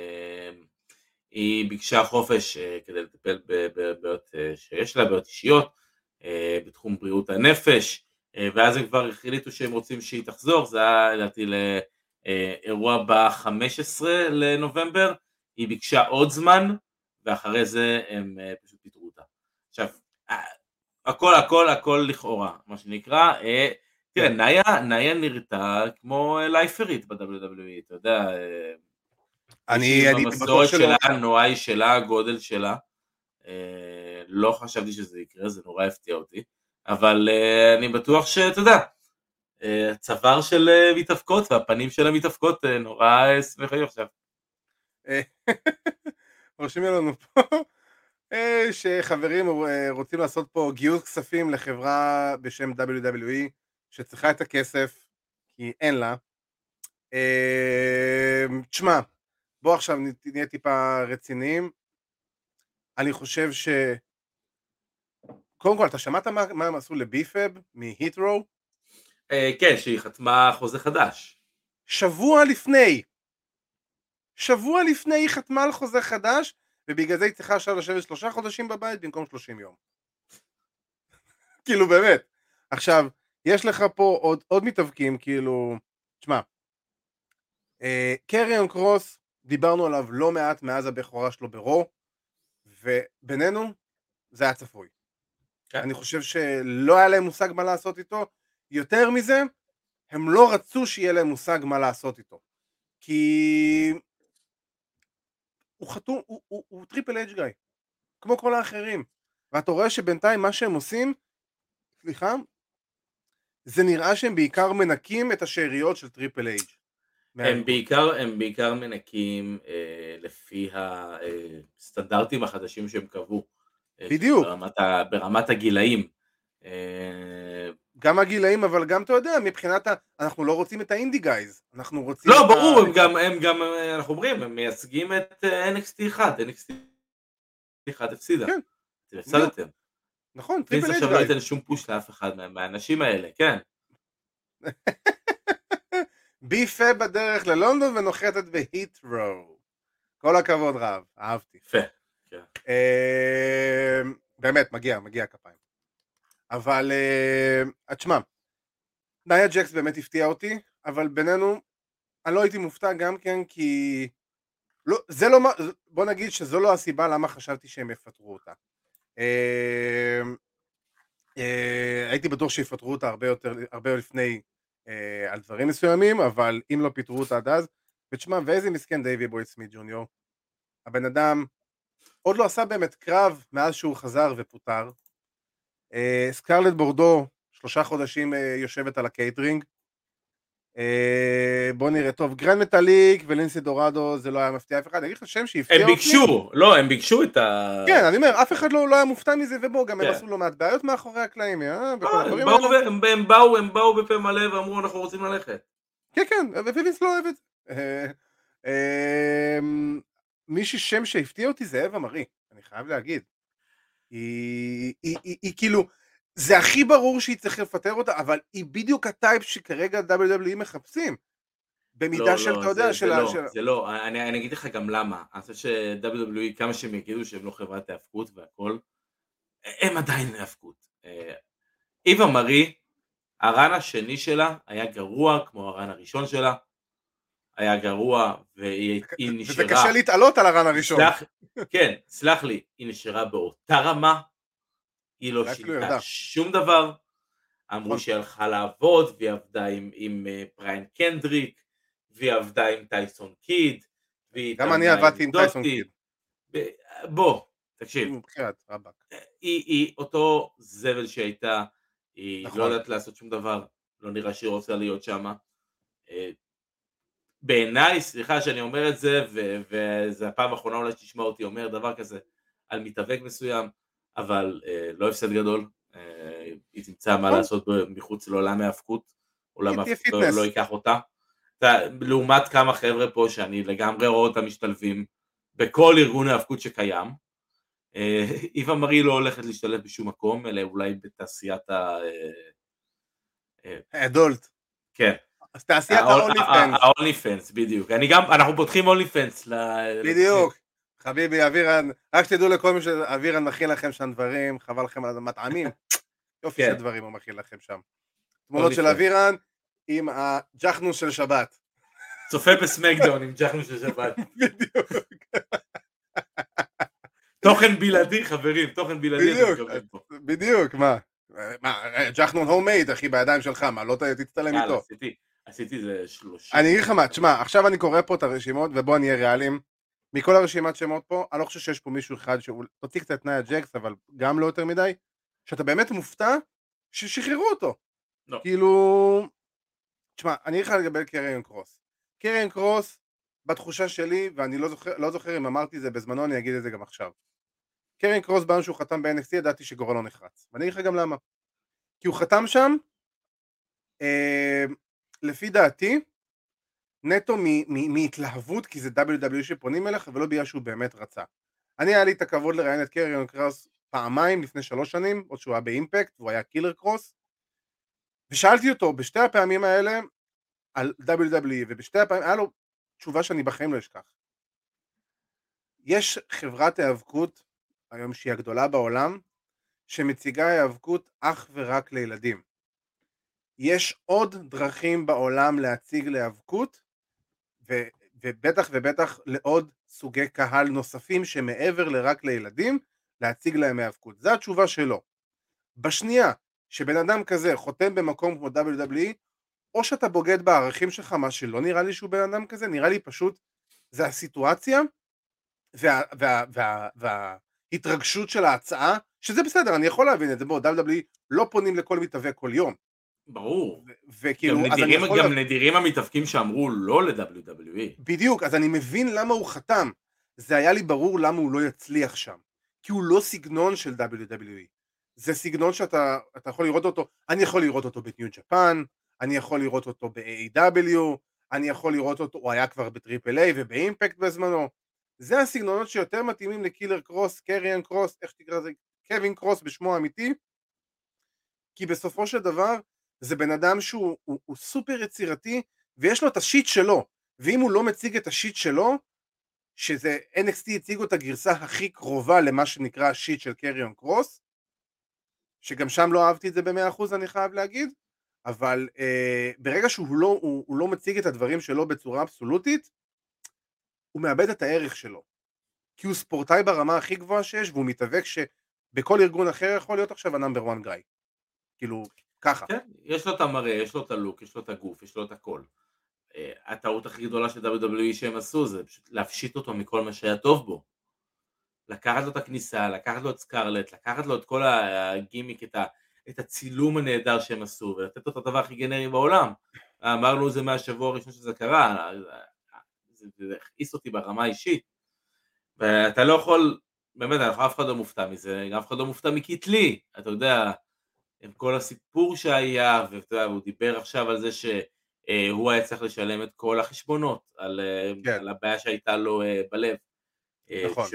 היא ביקשה חופש כדי לטפל בבעיות שיש לה, בעיות אישיות, בתחום בריאות הנפש, ואז הם כבר החליטו שהם רוצים שהיא תחזור, זה היה לדעתי לאירוע ב-15 לנובמבר, היא ביקשה עוד זמן, ואחרי זה הם פשוט פיתרו אותה. עכשיו, הכל לכאורה, מה שנקרא, תראה, נאיה נראתה כמו לייפרית ב-WWE, אתה יודע, אני בטוח במסורת שלא. שלה, הנועה שלה, הגודל שלה, לא חשבתי שזה יקרה, זה נורא הפתיע אותי, אבל אני בטוח שאתה יודע, הצוואר של מתאבקות והפנים של המתאבקות נורא שמחים עכשיו. רושמים לנו פה שחברים רוצים לעשות פה גיוס כספים לחברה בשם WWE שצריכה את הכסף כי אין לה. תשמע, בוא עכשיו נהיה טיפה רציניים. אני חושב ש... קודם כל, אתה שמעת מה הם עשו לביפאב מהיטרו? כן, שהיא חתמה חוזה חדש. שבוע לפני היא חתמה על חוזה חדש, ובגלל זה היא צריכה עכשיו לשבת 3 חודשים בבית במקום 30 יום. כאילו באמת. עכשיו, יש לך פה עוד מתאבקים, כאילו, תשמע, קריון קרוס, דיברנו עליו לא מעט מאז הבכורה שלו ברו, ובינינו, זה היה צפוי. כן. אני חושב שלא היה להם מושג מה לעשות איתו, יותר מזה, הם לא רצו שיהיה להם מושג מה לעשות איתו. כי הוא חתום, הוא טריפל אייג' גיא, כמו כל האחרים. ואתה רואה שבינתיים מה שהם עושים, סליחה, זה נראה שהם בעיקר מנקים את השאריות של טריפל אייג'. הם בעיקר מנקים לפי הסטנדרטים החדשים שהם קבעו. בדיוק. ברמת הגילאים. גם הגילאים, אבל גם אתה יודע, מבחינת אנחנו לא רוצים את האינדי גייז, אנחנו רוצים... לא, ברור, הם גם, אנחנו אומרים, הם מייצגים את NXT 1, NXT 1 הפסידה. כן. הפסדתם. נכון, טריפל אייג' עכשיו לא ייתן שום פוש לאף אחד מהאנשים האלה, כן. ביפה בדרך ללונדון ונוחתת בהיטרו. כל הכבוד רב, אהבתי. יפה. כן. באמת, מגיע כפיים. אבל, תשמע, נאיה ג'קס באמת הפתיע אותי, אבל בינינו, אני לא הייתי מופתע גם כן, כי לא, זה לא, בוא נגיד שזו לא הסיבה למה חשבתי שהם יפטרו אותה. הייתי בטוח שיפטרו אותה הרבה לפני על דברים מסוימים, אבל אם לא פיטרו אותה עד אז, ותשמע, ואיזה מסכן דייבי בוי סמית ג'וניור, הבן אדם עוד לא עשה באמת קרב מאז שהוא חזר ופוטר. סקרלט בורדו 3 חודשים יושבת על הקייטרינג. בוא נראה, טוב, גרנד מטאליק ולינסי דורדו זה לא היה מפתיע אף אחד. אני אגיד לך שם שהפתיע אותי. הם ביקשו את ה... כן, אני אומר, אף אחד לא היה מופתע מזה, ובוא, גם הם עשו לו מעט בעיות מאחורי הקלעים, הם באו בפה מלא ואמרו אנחנו רוצים ללכת. כן, ווינס לא אוהב את זה. מישהי שם שהפתיע אותי זה אווה מארי, אני חייב להגיד. היא כאילו, זה הכי ברור שהיא צריך לפטר אותה, אבל היא בדיוק הטייפ שכרגע WWE מחפשים. במידה של, אתה יודע, זה לא, אני אגיד לך גם למה. אני חושב ש-WWE, כמה שהם יגידו שהם לא חברת ההפקות והכל, הם עדיין ההפקות. אווה מארי, הרן השני שלה היה גרוע כמו הרן הראשון שלה, היה גרוע והיא נשארה... וזה קשה להתעלות על הרן הראשון. כן, סלח לי, היא נשארה באותה רמה, היא לא שינתה שום דבר, אמרו שהיא הלכה לעבוד, והיא עבדה עם בריין קנדריק, והיא עבדה עם טייסון קיד, גם אני עבדתי עם טייסון קיד. בוא, תקשיב. רבק. היא אותו זבל שהייתה, היא לא יודעת לעשות שום דבר, לא נראה שהיא רוצה להיות שם. בעיניי, סליחה שאני אומר את זה, וזה הפעם האחרונה אולי שתשמע אותי אומר דבר כזה על מתאבק מסוים, אבל לא הפסד גדול, היא תמצא מה לעשות מחוץ לעולם ההפקות, עולם ההפקות לא ייקח אותה. לעומת כמה חבר'ה פה שאני לגמרי רואה אותם משתלבים בכל ארגון ההפקות שקיים, איווה מארי לא הולכת להשתלב בשום מקום, אלא אולי בתעשיית האדולט. כן. אז תעשיית ה-only fans, בדיוק. אנחנו פותחים only fans. בדיוק. חביבי, אבירן, רק שתדעו לכל מי שאבירן מכין לכם שם דברים, חבל לכם על המטעמים. יופי של דברים הוא מכין לכם שם. תמונות של אבירן עם הג'חנוס של שבת. צופה בסמקדאון עם ג'חנוס של שבת. בדיוק. תוכן בלעדי, חברים, תוכן בלעדי. בדיוק, מה, ג'חנון הומייד, אחי, בידיים שלך, מה, לא תצטלם יאללה, איתו. עשיתי איזה 30. אני אגיד לך מה, תשמע, עכשיו אני קורא פה את הרשימות, ובוא נהיה ריאליים. מכל הרשימת שמות פה, אני לא חושב שיש פה מישהו אחד שהוא תוציא קצת תנאי הג'קס, אבל גם לא יותר מדי, שאתה באמת מופתע ששחררו אותו. לא. כאילו, תשמע, אני אגיד לך לגבי קריאן קרוס. קריאן קרוס, בתחושה שלי, ואני לא זוכר אם אמרתי זה בזמנו, אני אגיד את זה גם עכשיו. קריאן קרוס, ביום שהוא חתם ב-NXT, ידעתי שגורלו נחרץ. ואני אגיד לך גם למה. כי הוא חתם שם, לפי דעתי, נטו מהתלהבות, כי זה WWE שפונים אליך, ולא בגלל שהוא באמת רצה. אני היה לי את הכבוד לראיין את קריאן קרוס פעמיים לפני 3 שנים, עוד שהוא היה באימפקט, והוא היה קילר קרוס, ושאלתי אותו בשתי הפעמים האלה על WWE, ובשתי הפעמים היה לו תשובה שאני בחיים לא אשכח. יש חברת היאבקות, היום שהיא הגדולה בעולם, שמציגה היאבקות אך ורק לילדים. יש עוד דרכים בעולם להציג להיאבקות, ובטח ובטח לעוד סוגי קהל נוספים שמעבר לרק לילדים, להציג להם היאבקות. זו התשובה שלו. בשנייה שבן אדם כזה חותם במקום כמו WWE, או שאתה בוגד בערכים שלך, מה שלא נראה לי שהוא בן אדם כזה, נראה לי פשוט, זה הסיטואציה, וההתרגשות של ההצעה, שזה בסדר, אני יכול להבין את זה, בוא, WWE לא פונים לכל מתאבק כל יום. ברור. וכאילו, גם נדירים המתאבקים שאמרו לא ל-WWE. בדיוק, אז אני מבין למה הוא חתם. זה היה לי ברור למה הוא לא יצליח שם. כי הוא לא סגנון של WWE. זה סגנון שאתה יכול לראות אותו, אני יכול לראות אותו בניו ג'פן, אני יכול לראות אותו ב-AEW, אני יכול לראות אותו, הוא היה כבר בטריפל איי ובאימפקט בזמנו. זה הסגנונות שיותר מתאימים לקילר קרוס, קריאן קרוס, איך שתקרא זה, קווין קרוס בשמו האמיתי, כי בסופו של דבר, זה בן אדם שהוא סופר יצירתי, ויש לו את השיט שלו, ואם הוא לא מציג את השיט שלו, שזה NXT הציגו את הגרסה הכי קרובה למה שנקרא השיט של קריאן קרוס, שגם שם לא אהבתי את זה ב100%, אני חייב להגיד, אבל ברגע שהוא לא מציג את הדברים שלו בצורה אבסולוטית, הוא מאבד את הערך שלו, כי הוא ספורטאי ברמה הכי גבוהה שיש, והוא מתאבק שבכל ארגון אחר יכול להיות עכשיו הנאמבר 1 גאי, כאילו ככה. כן, יש לו את המראה, יש לו את הלוק, יש לו את הגוף, יש לו את הכל. הטעות הכי גדולה של WWE שהם עשו, זה פשוט להפשיט אותו מכל מה שהיה טוב בו. לקחת לו את הכניסה, לקחת לו את סקרלט, לקחת לו את כל הגימיק, את הצילום הנהדר שהם עשו, ולתת לו את הדבר הכי גנרי בעולם. אמרנו זה מהשבוע הראשון שזה קרה, זה הכעיס אותי ברמה האישית. ואתה לא יכול, באמת, אף אחד לא מופתע מזה, אף אחד לא מופתע מקיטלי, אתה יודע, עם כל הסיפור שהיה, והוא דיבר עכשיו על זה שהוא היה צריך לשלם את כל החשבונות, על הבעיה שהייתה לו בלב. נכון.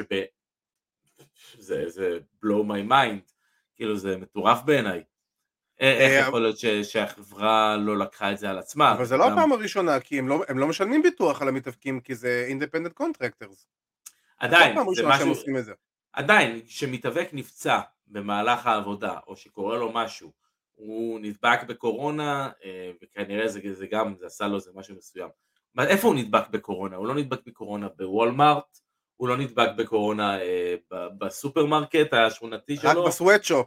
זה blow my mind, כאילו זה מטורף בעיניי. איך יכול להיות שהחברה לא לקחה את זה על עצמה? אבל זה לא הפעם הראשונה, כי הם לא משלמים ביטוח על המתאבקים, כי זה independent contractors. עדיין, זה משהו, עדיין, כשמתאבק נפצע במהלך העבודה, או שקורה לו משהו, הוא נדבק בקורונה, וכנראה זה גם, זה עשה לו זה משהו מסוים. איפה הוא נדבק בקורונה? הוא לא נדבק בקורונה בוולמארט, הוא לא נדבק בקורונה בסופרמרקט השכונתי שלו. רק בסוואטשופ.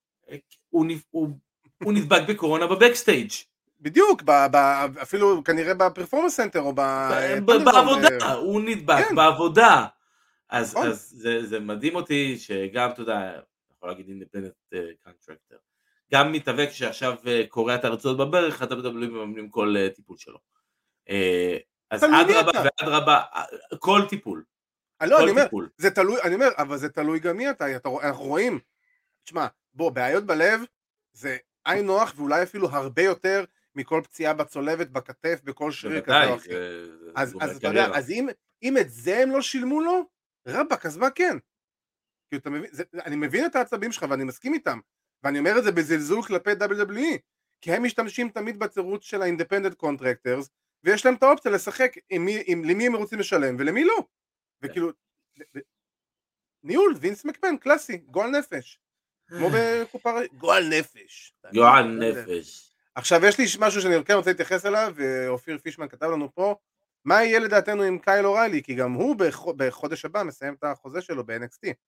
הוא נדבק בקורונה בבקסטייג'. בדיוק, אפילו כנראה בפרפורמנס סנטר או בעבודה, הוא נדבק בעבודה. אז זה מדהים אותי שגם, אתה יודע, יכול להגיד independent contractor, גם מתאבק שעכשיו קורא את הרצועות בברך, אתה מדברים מממנים כל טיפול שלו. אז אדרבה ואדרבה, כל טיפול. לא, אני אומר, אבל זה תלוי גם מי אתה, אנחנו רואים, תשמע, בעיות בלב, זה עין נוח, ואולי אפילו הרבה יותר מכל פציעה בצולבת, בכתף, בכל שריר כזה או אחר. אז אתה יודע, אז אם את זה הם לא שילמו לו, רבק, אז מה כן? אני מבין את העצבים שלך, ואני מסכים איתם, ואני אומר את זה בזלזול כלפי WWE, כי הם משתמשים תמיד בצירות של ה-independent contractors, ויש להם את האופציה לשחק למי הם רוצים לשלם ולמי לא. וכאילו, ניהול, וינס מקמן, קלאסי, גועל נפש. כמו בקופר, גועל נפש. גועל נפש. עכשיו יש לי משהו שאני רוצה להתייחס אליו, ואופיר פישמן כתב לנו פה, מה יהיה לדעתנו עם קייל אוריילי, כי גם הוא בחודש הבא מסיים את החוזה שלו ב-NXT.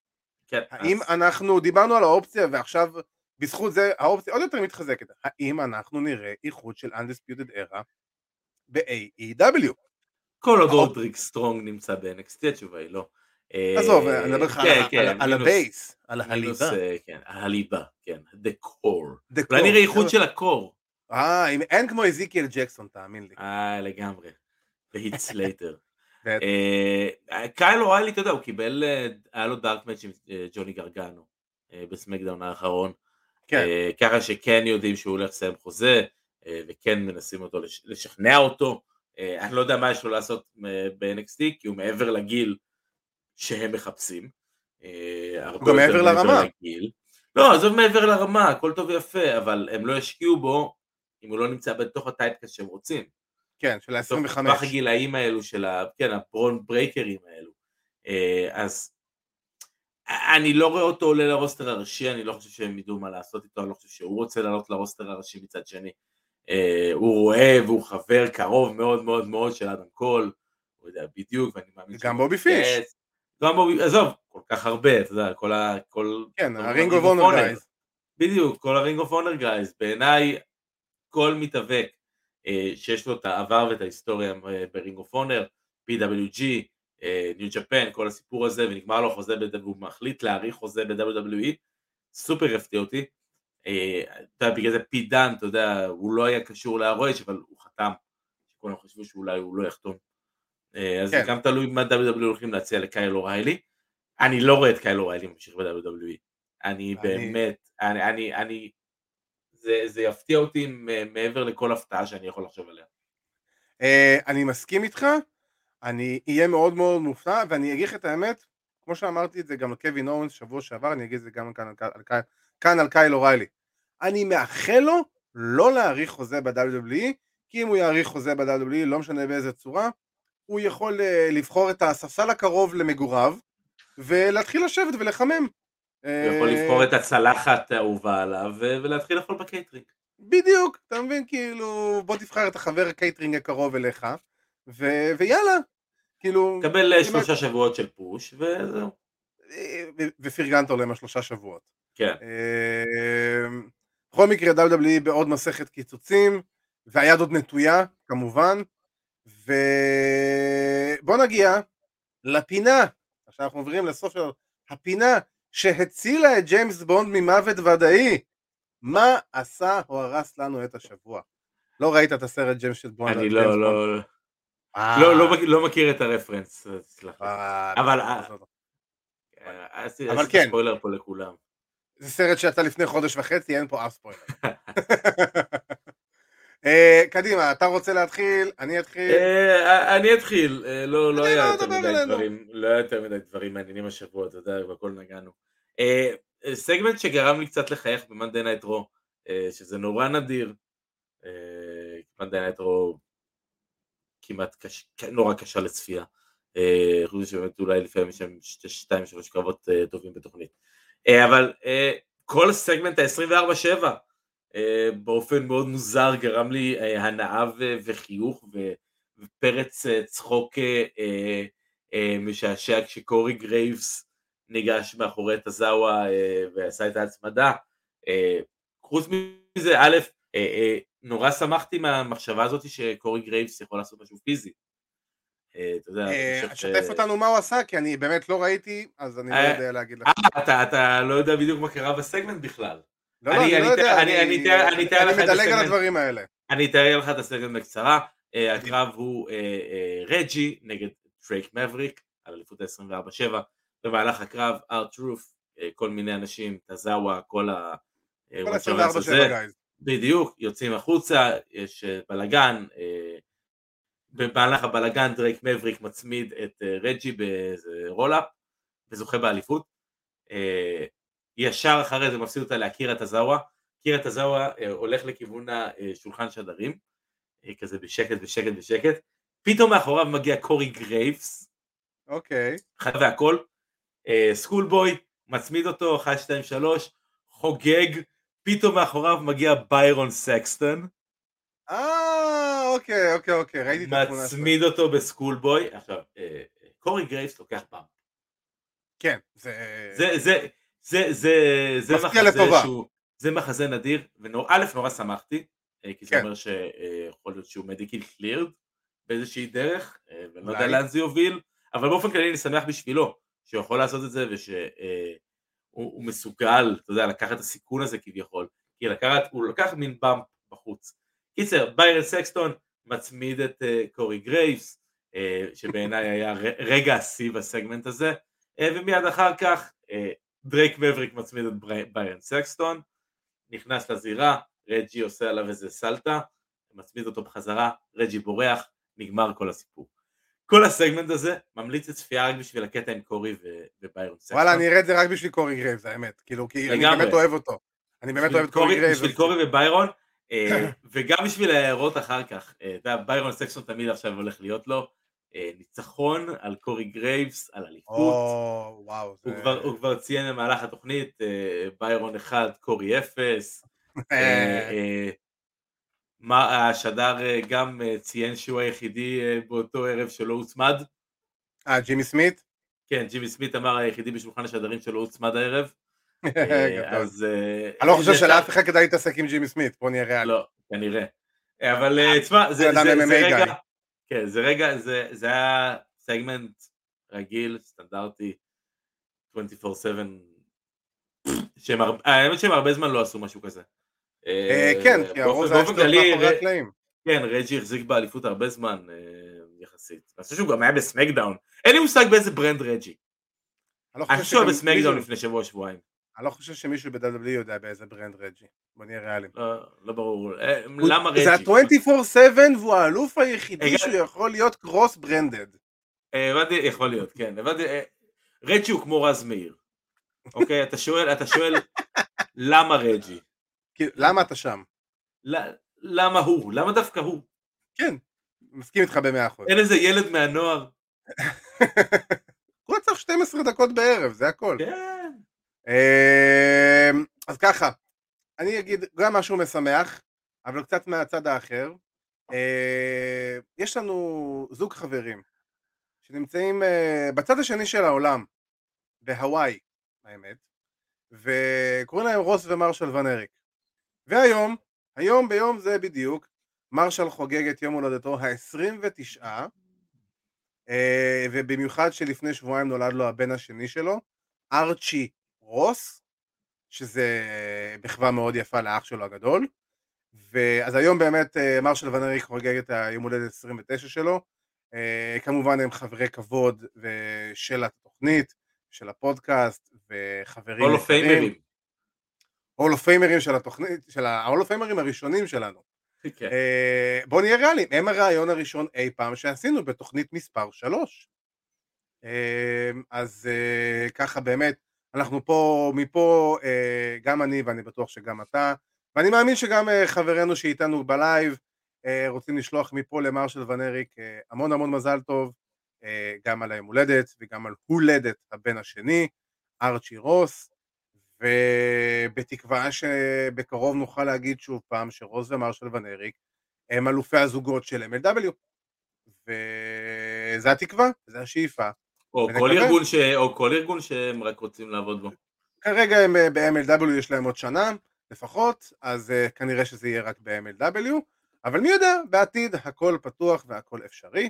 כן, האם אז אנחנו דיברנו על האופציה ועכשיו בזכות זה האופציה עוד יותר מתחזקת, האם אנחנו נראה איחוד של Undisputed Era ב-AEW? כל עוד האופ- רודריק סטרונג נמצא ב-NXT, התשובה היא לא. עזוב, אני מדבר לך כן, כן, על מינוס, הבייס, על מינוס, ההליבה. כן, הליבה, כן, the core. The אולי core. נראה איחוד של הקור. אין כמו אזיקיאל ג'קסון, תאמין לי. לגמרי. והיט סלייטר. בטח. קייל אוריילי, אתה יודע, הוא קיבל, היה לו דארק מאץ' עם ג'וני גרגנו בסמקדאון האחרון. כן. ככה שכן יודעים שהוא הולך לסיים חוזה, וכן מנסים אותו לשכנע אותו. אני לא יודע מה יש לו לעשות ב-NXT, כי הוא מעבר לגיל שהם מחפשים. הוא גם מעבר לרמה. לגיל. לא, עזוב מעבר לרמה, הכל טוב ויפה, אבל הם לא ישקיעו בו אם הוא לא נמצא בתוך הטייפקאסט שהם רוצים. כן, של ה-25. בתוך הגילאים האלו של הברון ברייקרים האלו. אז אני לא רואה אותו עולה לרוסטר הראשי, אני לא חושב שהם ידעו מה לעשות איתו, אני לא חושב שהוא רוצה לעלות לרוסטר הראשי מצד שני. הוא רואה והוא חבר קרוב מאוד מאוד מאוד של אדם קול, הוא יודע בדיוק, ואני מאמין גם בובי פיש. גם בובי, עזוב, כל כך הרבה, אתה יודע, כל כן, הרינג אוף אונר גייז. בדיוק, כל הרינג אוף אונר גייז, בעיניי כל מתאבק שיש לו את העבר ואת ההיסטוריה ברינג אוף אונר, PWG, ניו ג'פן, כל הסיפור הזה, ונגמר לו חוזה, והוא מחליט להאריך חוזה ב-WWE, סופר הפתיע אותי, בגלל זה פידן, אתה יודע, הוא לא היה קשור ל-ROH, אבל הוא חתם, שכולם חשבו שאולי הוא לא יחתום, אז זה גם תלוי מה WWE הולכים להציע לקייל אוריילי, אני לא רואה את קייל אוריילי ממשיך ב-WWE, אני באמת, זה יפתיע אותי מעבר לכל הפתעה שאני יכול לחשוב עליה. אני מסכים איתך, אני אהיה מאוד מאוד מופתע, ואני אגיד לך את האמת, כמו שאמרתי את זה גם לקווין אורנס שבוע שעבר, אני אגיד את זה גם כאן על קייל אוריילי. אני מאחל לו לא להאריך חוזה ב-WWE, כי אם הוא יאריך חוזה ב-WWE, לא משנה באיזה צורה, הוא יכול לבחור את הספסל הקרוב למגוריו, ולהתחיל לשבת ולחמם. הוא יכול לבחור את הצלחת האהובה עליו, ולהתחיל לאכול בקייטרינג. בדיוק, אתה מבין, כאילו, בוא תבחר את החבר הקייטרינג הקרוב אליך, ויאללה, כאילו... קבל 3 שבועות של פוש, וזהו. ופרגנת לו למה 3 שבועות. כן. בכל מקרה, WWE בעוד מסכת קיצוצים, והיד עוד נטויה, כמובן, ובוא נגיע לפינה, עכשיו אנחנו עוברים לסוף של הפינה, שהצילה את ג'יימס בונד ממוות ודאי. מה עשה או הרס לנו את השבוע? לא ראית את הסרט ג'יימס בונד? אני לא מכיר את הרפרנס, סליחה. אבל כן. ספוילר פה לכולם. זה סרט שיצא לפני חודש וחצי, אין פה אף ספוילר. קדימה, אתה רוצה להתחיל? אני אתחיל. אני אתחיל, לא היה יותר מדי דברים מעניינים השבוע, אתה יודע, בכל נגענו. סגמנט שגרם לי קצת לחייך במאנדיי נייט רו, שזה נורא נדיר, מאנדיי נייט רו כמעט נורא קשה לצפייה, חושב שבאמת אולי לפעמים יש 2-3 קרבות טובים בתוכנית, אבל כל סגמנט ה-24/7 באופן מאוד מוזר גרם לי הנאה וחיוך ופרץ צחוק משעשע כשקורי גרייבס ניגש מאחורי טזאווה ועשה את ההצמדה. חוץ מזה, א', נורא שמחתי מהמחשבה הזאת שקורי גרייבס יכול לעשות משהו פיזי. אתה יודע, שתף אותנו מה הוא עשה, כי אני באמת לא ראיתי, אז אני לא יודע להגיד לך. אתה לא יודע בדיוק מה קרה בסגמנט בכלל. אני מדלג על הדברים האלה. אני אתאר לך את הסגמנט בקצרה. הקרב הוא רג'י נגד דרייק מבריק על אליפות ה-24/7. במהלך הקרב ארט-רוף, כל מיני אנשים, טזאווה, כל ה-24/7 גייז. בדיוק, יוצאים החוצה, יש בלגן, במהלך הבלגן דרייק מבריק מצמיד את רג'י באיזה רולאפ, וזוכה באליפות. ישר אחרי זה מפסיד אותה לאקירה טזאווה, אקירה טזאווה הולך לכיוון השולחן שדרים, כזה בשקט בשקט בשקט, פתאום מאחוריו מגיע קורי גרייבס, אוקיי. והכל, סקולבוי, מצמיד אותו, 1, 2, 3, חוגג, פתאום מאחוריו מגיע ביירון סקסטון, אוקיי, ראיתי את התמונה שלו. מצמיד אותו בסקולבוי, עכשיו, קורי גרייבס לוקח פעם. כן, זה מפתיע מחזה לטובה. זה מחזה נדיר, א' נורא שמחתי, כי זה כן. אומר שיכול להיות שהוא מדיקל קלירד באיזושהי דרך, ואני לא יודע אולי. לאן זה יוביל, אבל באופן כללי אני שמח בשבילו, שהוא יכול לעשות את זה ושהוא מסוגל, אתה יודע, לקחת את הסיכון הזה כביכול, כי הוא לקח מין באמפ בחוץ. קיצר, ביירן סקסטון מצמיד את קורי גרייבס, שבעיניי היה רגע השיא בסגמנט הזה, ומיד אחר כך דרייק מבריק מצמיד את ביירן סקסטון, נכנס לזירה, רג'י עושה עליו איזה סלטה, מצמיד אותו בחזרה, רג'י בורח, נגמר כל הסיפור. כל הסגמנט הזה ממליץ לצפייה רק בשביל הקטע עם קורי וביירון סקסטון. וואלה, אני אראה את זה רק בשביל קורי גרייבס, האמת, כאילו, כי אני לגמרי. באמת אוהב אותו. אני באמת אוהב את קורי גרייבס. בשביל קורי וביירון, וגם בשביל ההערות אחר כך, ביירון סקסטון תמיד עכשיו הולך להיות לו, ניצחון על קורי גרייבס, על אליפות. וואו. הוא כבר ציין במהלך התוכנית, ביירון 1, קורי 0. השדר גם ציין שהוא היחידי באותו ערב שלא הוצמד. ג'ימי סמית? כן, ג'ימי סמית אמר היחידי בשולחן השדרים שלא הוצמד הערב. אז אני לא חושב שלאף אחד כדאי להתעסק עם ג'ימי סמית, בוא נהיה ריאלי. לא, כנראה. אבל תשמע, זה רגע, כן, זה היה סגמנט רגיל, סטנדרטי, 24/7, האמת שהם הרבה זמן לא עשו משהו כזה. כן, כי הרוב זה היה שטות מאחורי הקלעים. כן, רג'י החזיק באליפות הרבה זמן יחסית. אני חושב שהוא גם היה בסמקדאון. אין לי מושג באיזה ברנד רג'י. אני חושב שהוא היה בסמקדאון לפני שבוע-שבועיים. אני לא חושב שמישהו ב-WWE יודע באיזה ברנד רג'י. בוא נהיה ריאליים. לא ברור. למה רג'י? זה ה-24/7 והוא האלוף היחידי שהוא יכול להיות קרוס ברנדד. הבנתי, יכול להיות, כן. רג'י הוא כמו רז מאיר. אוקיי, אתה שואל למה רג'י? למה אתה שם? למה הוא? למה דווקא הוא? כן, מסכים איתך ב100%. אין איזה ילד מהנוער. הוא צריך 12 דקות בערב, זה הכל. כן. אז ככה, אני אגיד גם משהו משמח, אבל קצת מהצד האחר. יש לנו זוג חברים שנמצאים בצד השני של העולם, בהוואי, האמת, וקוראים להם רוס ומרשל ון אריק. והיום ביום זה בדיוק, מרשל חוגג את יום הולדתו ה-29, ובמיוחד שלפני שבועיים נולד לו הבן השני שלו, ארצ'י רוס, שזה בחווה מאוד יפה לאח שלו הגדול, אז היום באמת מרשל ון אריק חוגג את היום הולדת 29 שלו, כמובן הם חברי כבוד של התוכנית, של הפודקאסט, וחברים הולו-פיימרים. הולו-פיימרים של התוכנית, ההולו-פיימרים הראשונים שלנו. בוא נהיה ריאליים, הם הרעיון הראשון אי פעם שעשינו בתוכנית מספר 3. אז ככה באמת, אנחנו פה, מפה, גם אני ואני בטוח שגם אתה, ואני מאמין שגם חברינו שאיתנו בלייב, רוצים לשלוח מפה למרשל ון אריק המון המון מזל טוב, גם על היום הולדת וגם על הולדת הבן השני, ארצ'י רוס, ובתקווה שבקרוב נוכל להגיד שוב פעם שרוס ומרשל ון אריק הם אלופי הזוגות של MLW, וזה התקווה, זה השאיפה. או כל ארגון שהם רק רוצים לעבוד בו. כרגע הם ב-MLW יש להם עוד שנה לפחות, אז כנראה שזה יהיה רק ב-MLW, אבל מי יודע, בעתיד הכל פתוח והכל אפשרי,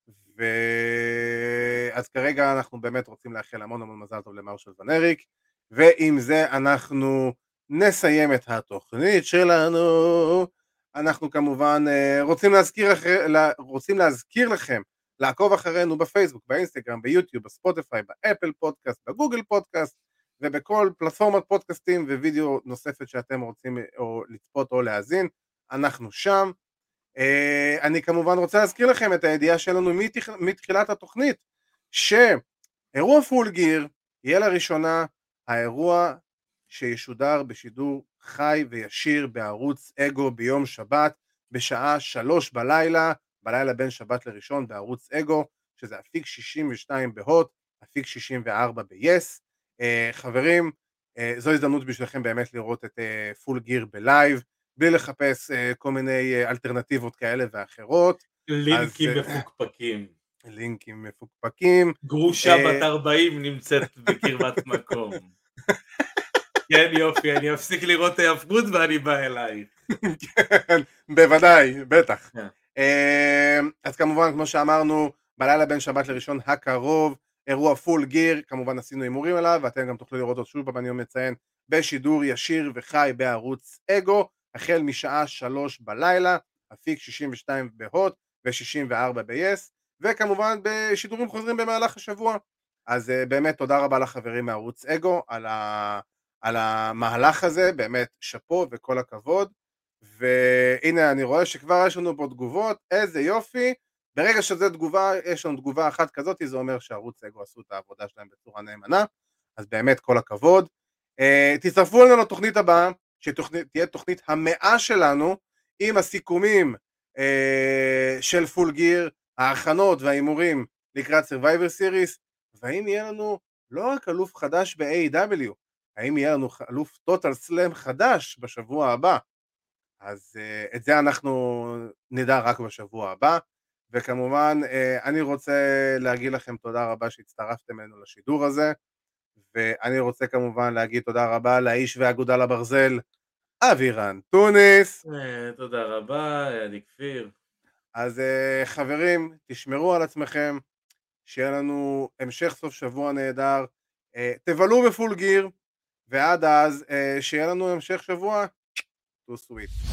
אז כרגע אנחנו באמת רוצים לאחל המון המון מזל טוב למרשל ון אריק, ועם זה אנחנו נסיים את התוכנית שלנו. אנחנו כמובן רוצים להזכיר לכם לעקוב אחרינו בפייסבוק, באינסטגרם, ביוטיוב, בספוטיפיי, באפל פודקאסט, בגוגל פודקאסט, ובכל פלטפורמת פודקאסטים ווידאו נוספת שאתם רוצים או לצפות או להאזין, אנחנו שם. אני כמובן רוצה להזכיר לכם את הידיעה שלנו מתחילת התוכנית, שאירוע פול גיר יהיה לראשונה האירוע שישודר בשידור חי וישיר בערוץ אגו ביום שבת בשעה 3 בלילה בין שבת לראשון בערוץ אגו, שזה אפיק 62 בהוט, אפיק 64 ב-yes. חברים, זו הזדמנות בשבילכם באמת לראות את פול גיר בלייב, בלי לחפש כל מיני אלטרנטיבות כאלה ואחרות. לינקים מפוקפקים. לינקים מפוקפקים. גרושה בת 40 נמצאת בקרבת מקום. כן יופי, אני אפסיק לראות ההפגות ואני בא אלייך. כן, בוודאי, בטח. כן. אז כמובן, כמו שאמרנו, בלילה בין שבת לראשון הקרוב, אירוע פול גיר, כמובן עשינו הימורים עליו, ואתם גם תוכלו לראות אותו שוב, אני מציין, בשידור ישיר וחי בערוץ אגו, החל משעה 3 בלילה, אפיק 62 בהוט ו-64 ב-yes, וכמובן בשידורים חוזרים במהלך השבוע. אז באמת תודה רבה לחברים מערוץ אגו על המהלך הזה, באמת שאפו וכל הכבוד. והנה אני רואה שכבר יש לנו פה תגובות, איזה יופי. ברגע שזה תגובה, יש לנו תגובה אחת כזאת, זה אומר שערוץ אגו עשו את העבודה שלהם בצורה נאמנה, אז באמת כל הכבוד. תצטרפו לנו לתוכנית הבאה, שתהיה תוכנית 100 שלנו, עם הסיכומים של פול גיר, ההכנות וההימורים לקראת Survivor Series, והאם יהיה לנו לא רק אלוף חדש ב-AEW, האם יהיה לנו אלוף טוטל סלאם חדש בשבוע הבא. אז את זה אנחנו נדע רק בשבוע הבא, וכמובן אני רוצה להגיד לכם תודה רבה שהצטרפתם אלינו לשידור הזה, ואני רוצה כמובן להגיד תודה רבה לאיש ואגודל הברזל, אבירן טוניס. תודה רבה, עדי כפיר. אז חברים, תשמרו על עצמכם, שיהיה לנו המשך סוף שבוע נהדר, תבלו בפול גיר, ועד אז שיהיה לנו המשך שבוע, too sweet.